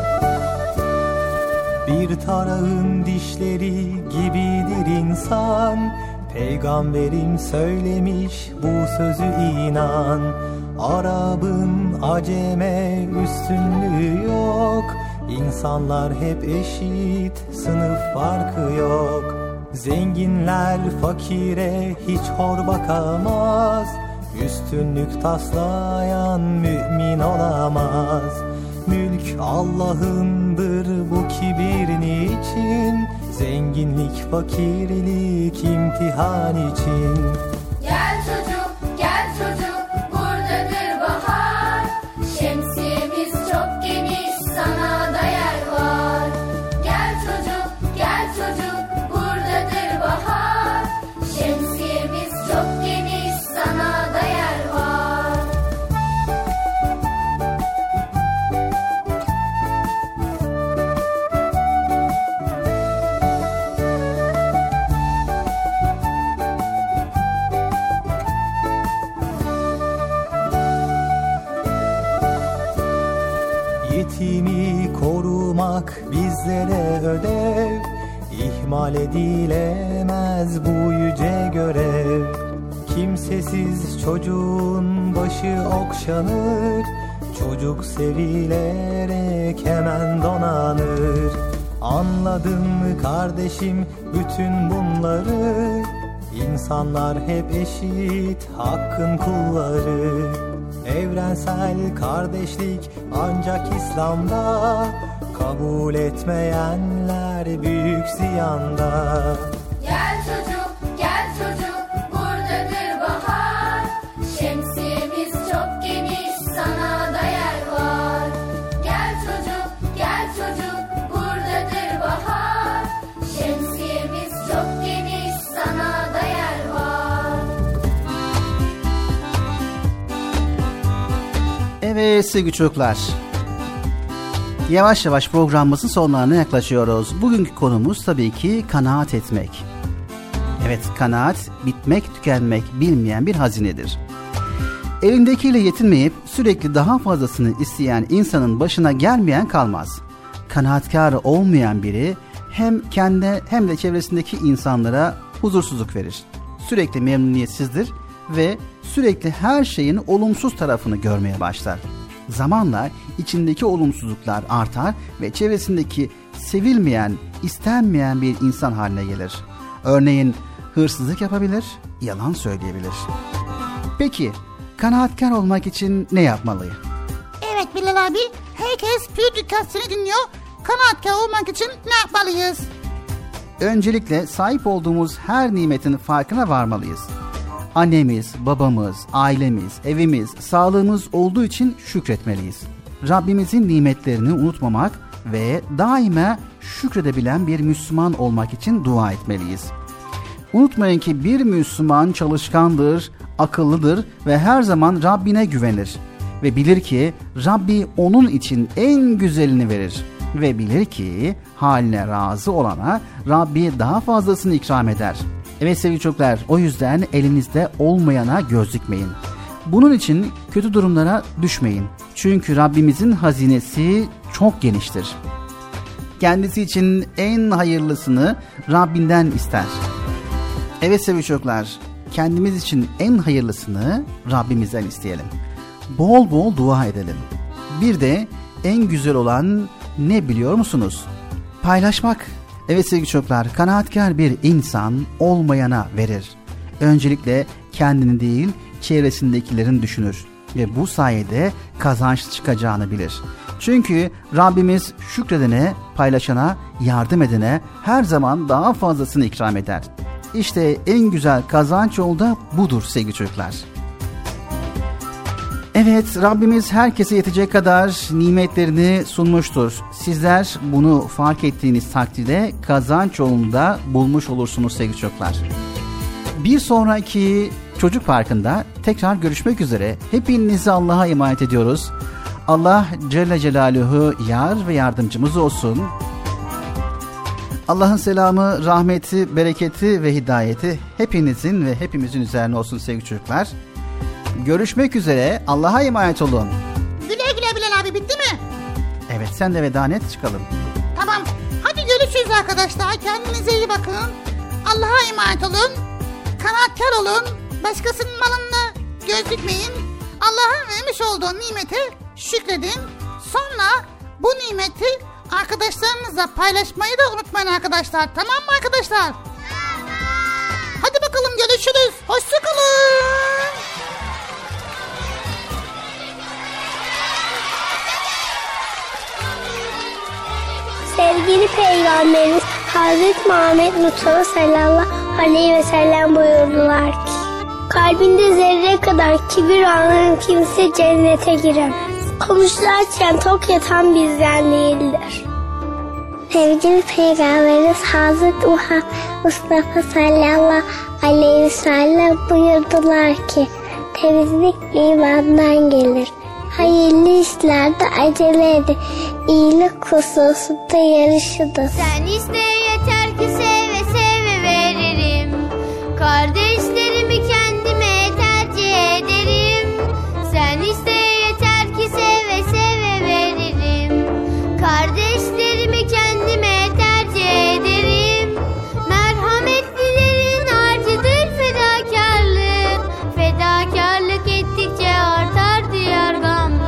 Bir tarağın dişleri gibidir insan. yalan. Peygamberim söylemiş bu sözü inan. Arap'ın Acem'e üstünlüğü yok. İnsanlar hep eşit, sınıf farkı yok. Zenginler fakire hiç hor bakamaz. Üstünlük taslayan mümin olamaz. Mülk Allah'ındır, bu kibir niçin? Zenginlik fakirlik imtihan için. Gel çocuk, gel çocuk, buradadır bahar. Şemsiyemiz çok geniş, sana da yer var. Gel çocuk, gel çocuk, buradadır bahar. Şemsiyemiz çok geniş, sana da yer var. Yetimi korumak bizlere ödev. İhmal edilemez bu yüce görev. Kimsesiz çocuğun başı okşanır. Çocuk sevilerek hemen donanır. Anladın mı kardeşim bütün bunları? İnsanlar hep eşit, hakkın kulları. Evrensel kardeşlik ancak İslam'da. Kabul etmeyenler büyük ziyanda. Gel çocuk, gel çocuk, buradadır bahar. Şemsiyemiz çok geniş, sana da yer var. Gel çocuk, gel çocuk, buradadır bahar. Şemsiyemiz çok geniş, sana da yer var. Evet sevgili çocuklar. Yavaş yavaş programımızın sonlarına yaklaşıyoruz. Bugünkü konumuz tabii ki kanaat etmek. Evet, kanaat bitmek tükenmek bilmeyen bir hazinedir. Elindekiyle yetinmeyip sürekli daha fazlasını isteyen insanın başına gelmeyen kalmaz. Kanaatkar olmayan biri hem kendine hem de çevresindeki insanlara huzursuzluk verir. Sürekli memnuniyetsizdir ve sürekli her şeyin olumsuz tarafını görmeye başlar. Zamanla içindeki olumsuzluklar artar ve çevresindeki sevilmeyen, istenmeyen bir insan haline gelir. Örneğin hırsızlık yapabilir, yalan söyleyebilir. Peki, kanaatkar olmak için ne yapmalı? Evet Bilal abi, herkes pür dikkat seni dinliyor. Kanaatkar olmak için ne yapmalıyız? Öncelikle sahip olduğumuz her nimetin farkına varmalıyız. Annemiz, babamız, ailemiz, evimiz, sağlığımız olduğu için şükretmeliyiz. Rabbimizin nimetlerini unutmamak ve daima şükredebilen bir Müslüman olmak için dua etmeliyiz. Unutmayın ki bir Müslüman çalışkandır, akıllıdır ve her zaman Rabbine güvenir. Ve bilir ki Rabbi onun için en güzelini verir. Ve bilir ki haline razı olana Rabbi daha fazlasını ikram eder. Evet sevgili çocuklar, o yüzden elinizde olmayana göz dikmeyin. Bunun için kötü durumlara düşmeyin. Çünkü Rabbimizin hazinesi çok geniştir. Kendisi için en hayırlısını Rabbinden ister. Evet sevgili çocuklar, kendimiz için en hayırlısını Rabbimizden isteyelim. Bol bol dua edelim. Bir de en güzel olan ne biliyor musunuz? Paylaşmak. Evet sevgili çocuklar, kanaatkar bir insan olmayana verir. Öncelikle kendini değil, çevresindekilerin düşünür ve bu sayede kazanç çıkacağını bilir. Çünkü Rabbimiz şükredene, paylaşana, yardım edene her zaman daha fazlasını ikram eder. İşte en güzel kazanç yolu da budur sevgili çocuklar. Evet, Rabbimiz herkese yetecek kadar nimetlerini sunmuştur. Sizler bunu fark ettiğiniz takdirde kazanç yolunu da bulmuş olursunuz sevgili çocuklar. Bir sonraki Çocuk Parkı'nda tekrar görüşmek üzere. Hepinizi Allah'a emanet ediyoruz. Allah Celle Celaluhu yar ve yardımcımız olsun. Allah'ın selamı, rahmeti, bereketi ve hidayeti hepinizin ve hepimizin üzerine olsun sevgili çocuklar. Görüşmek üzere. Allah'a emanet olun. Güle güle Bilal abi, bitti mi? Evet, sen de veda et, çıkalım. Tamam. Hadi görüşürüz arkadaşlar. Kendinize iyi bakın. Allah'a emanet olun. Kanaatkar olun. Başkasının malına göz dikmeyin. Allah'ın vermiş olduğu nimete şükredin. Sonra bu nimeti arkadaşlarınızla paylaşmayı da unutmayın arkadaşlar. Tamam mı arkadaşlar? Hadi bakalım, görüşürüz. Hoşçakalın. Sevgili Peygamberimiz Hazreti Muhammed Mustafa sallallahu aleyhi ve sellem buyurdular ki, kalbinde zerre kadar kibir olan kimse cennete giremez. Konuşlarken tok yatan bizden değildir. Sevgili Peygamberimiz Hazreti Mustafa sallallahu aleyhi ve sellem buyurdular ki, temizlik imandan gelir. Hayırlı işlerde acele edin. İyilik hususunda yarışıdır. Sen iste yeter ki seve seve veririm. Kardeşlerimi kendime tercih ederim. Sen iste yeter ki seve seve veririm. Kardeşlerimi kendime tercih ederim. Merhametlilerin harcıdır fedakarlık. Fedakarlık ettikçe artar diyar gamlı.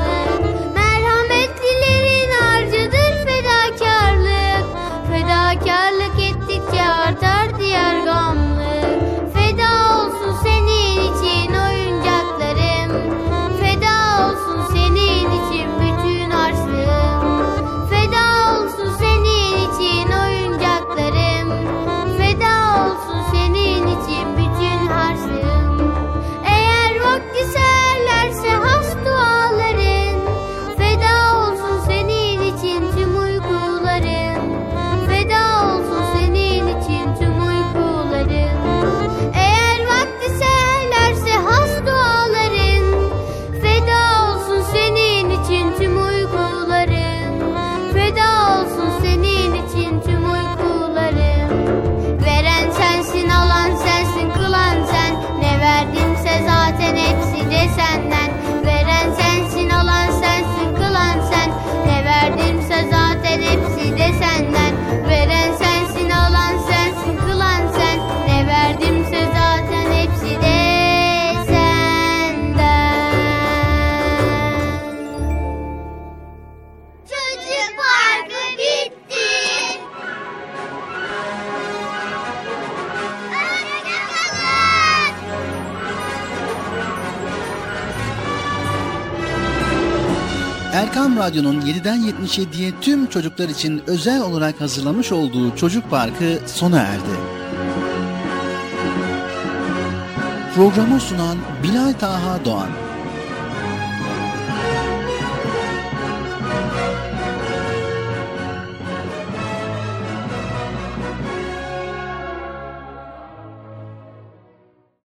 Merhametlilerin harcıdır fedakarlık. Fedakarlık ettikçe artar diyar gamlı. Feda olsun senin için oyuncaklarım. Feda olsun senin için bütün harçlığım. Feda olsun senin için oyuncaklarım. Feda olsun senin için bütün harçlığım. Eğer vakti serlerse has duaların. Feda olsun senin için tüm uykularım. Feda olsun senin için tüm uykularım. Eğer vakti serlerse has duaların. Feda olsun senin için tüm uykularım. Feda olsun senin için tüm uykularım. Veren sensin, alan sensin, kılan sen. Ne verdimse zaten hepsi de senden. Veren sensin, alan sensin, kılan sen. Ne verdimse zaten hepsi de senden. Veren sensin, alan sensin, kılan sen. Ne verdimse zaten hepsi de senden. Çocuk Parkı bitti. Erkam Radyo'nun 7'den 77'ye tüm çocuklar için özel olarak hazırlamış olduğu Çocuk Parkı sona erdi. Programı sunan Bilal Taha Doğan.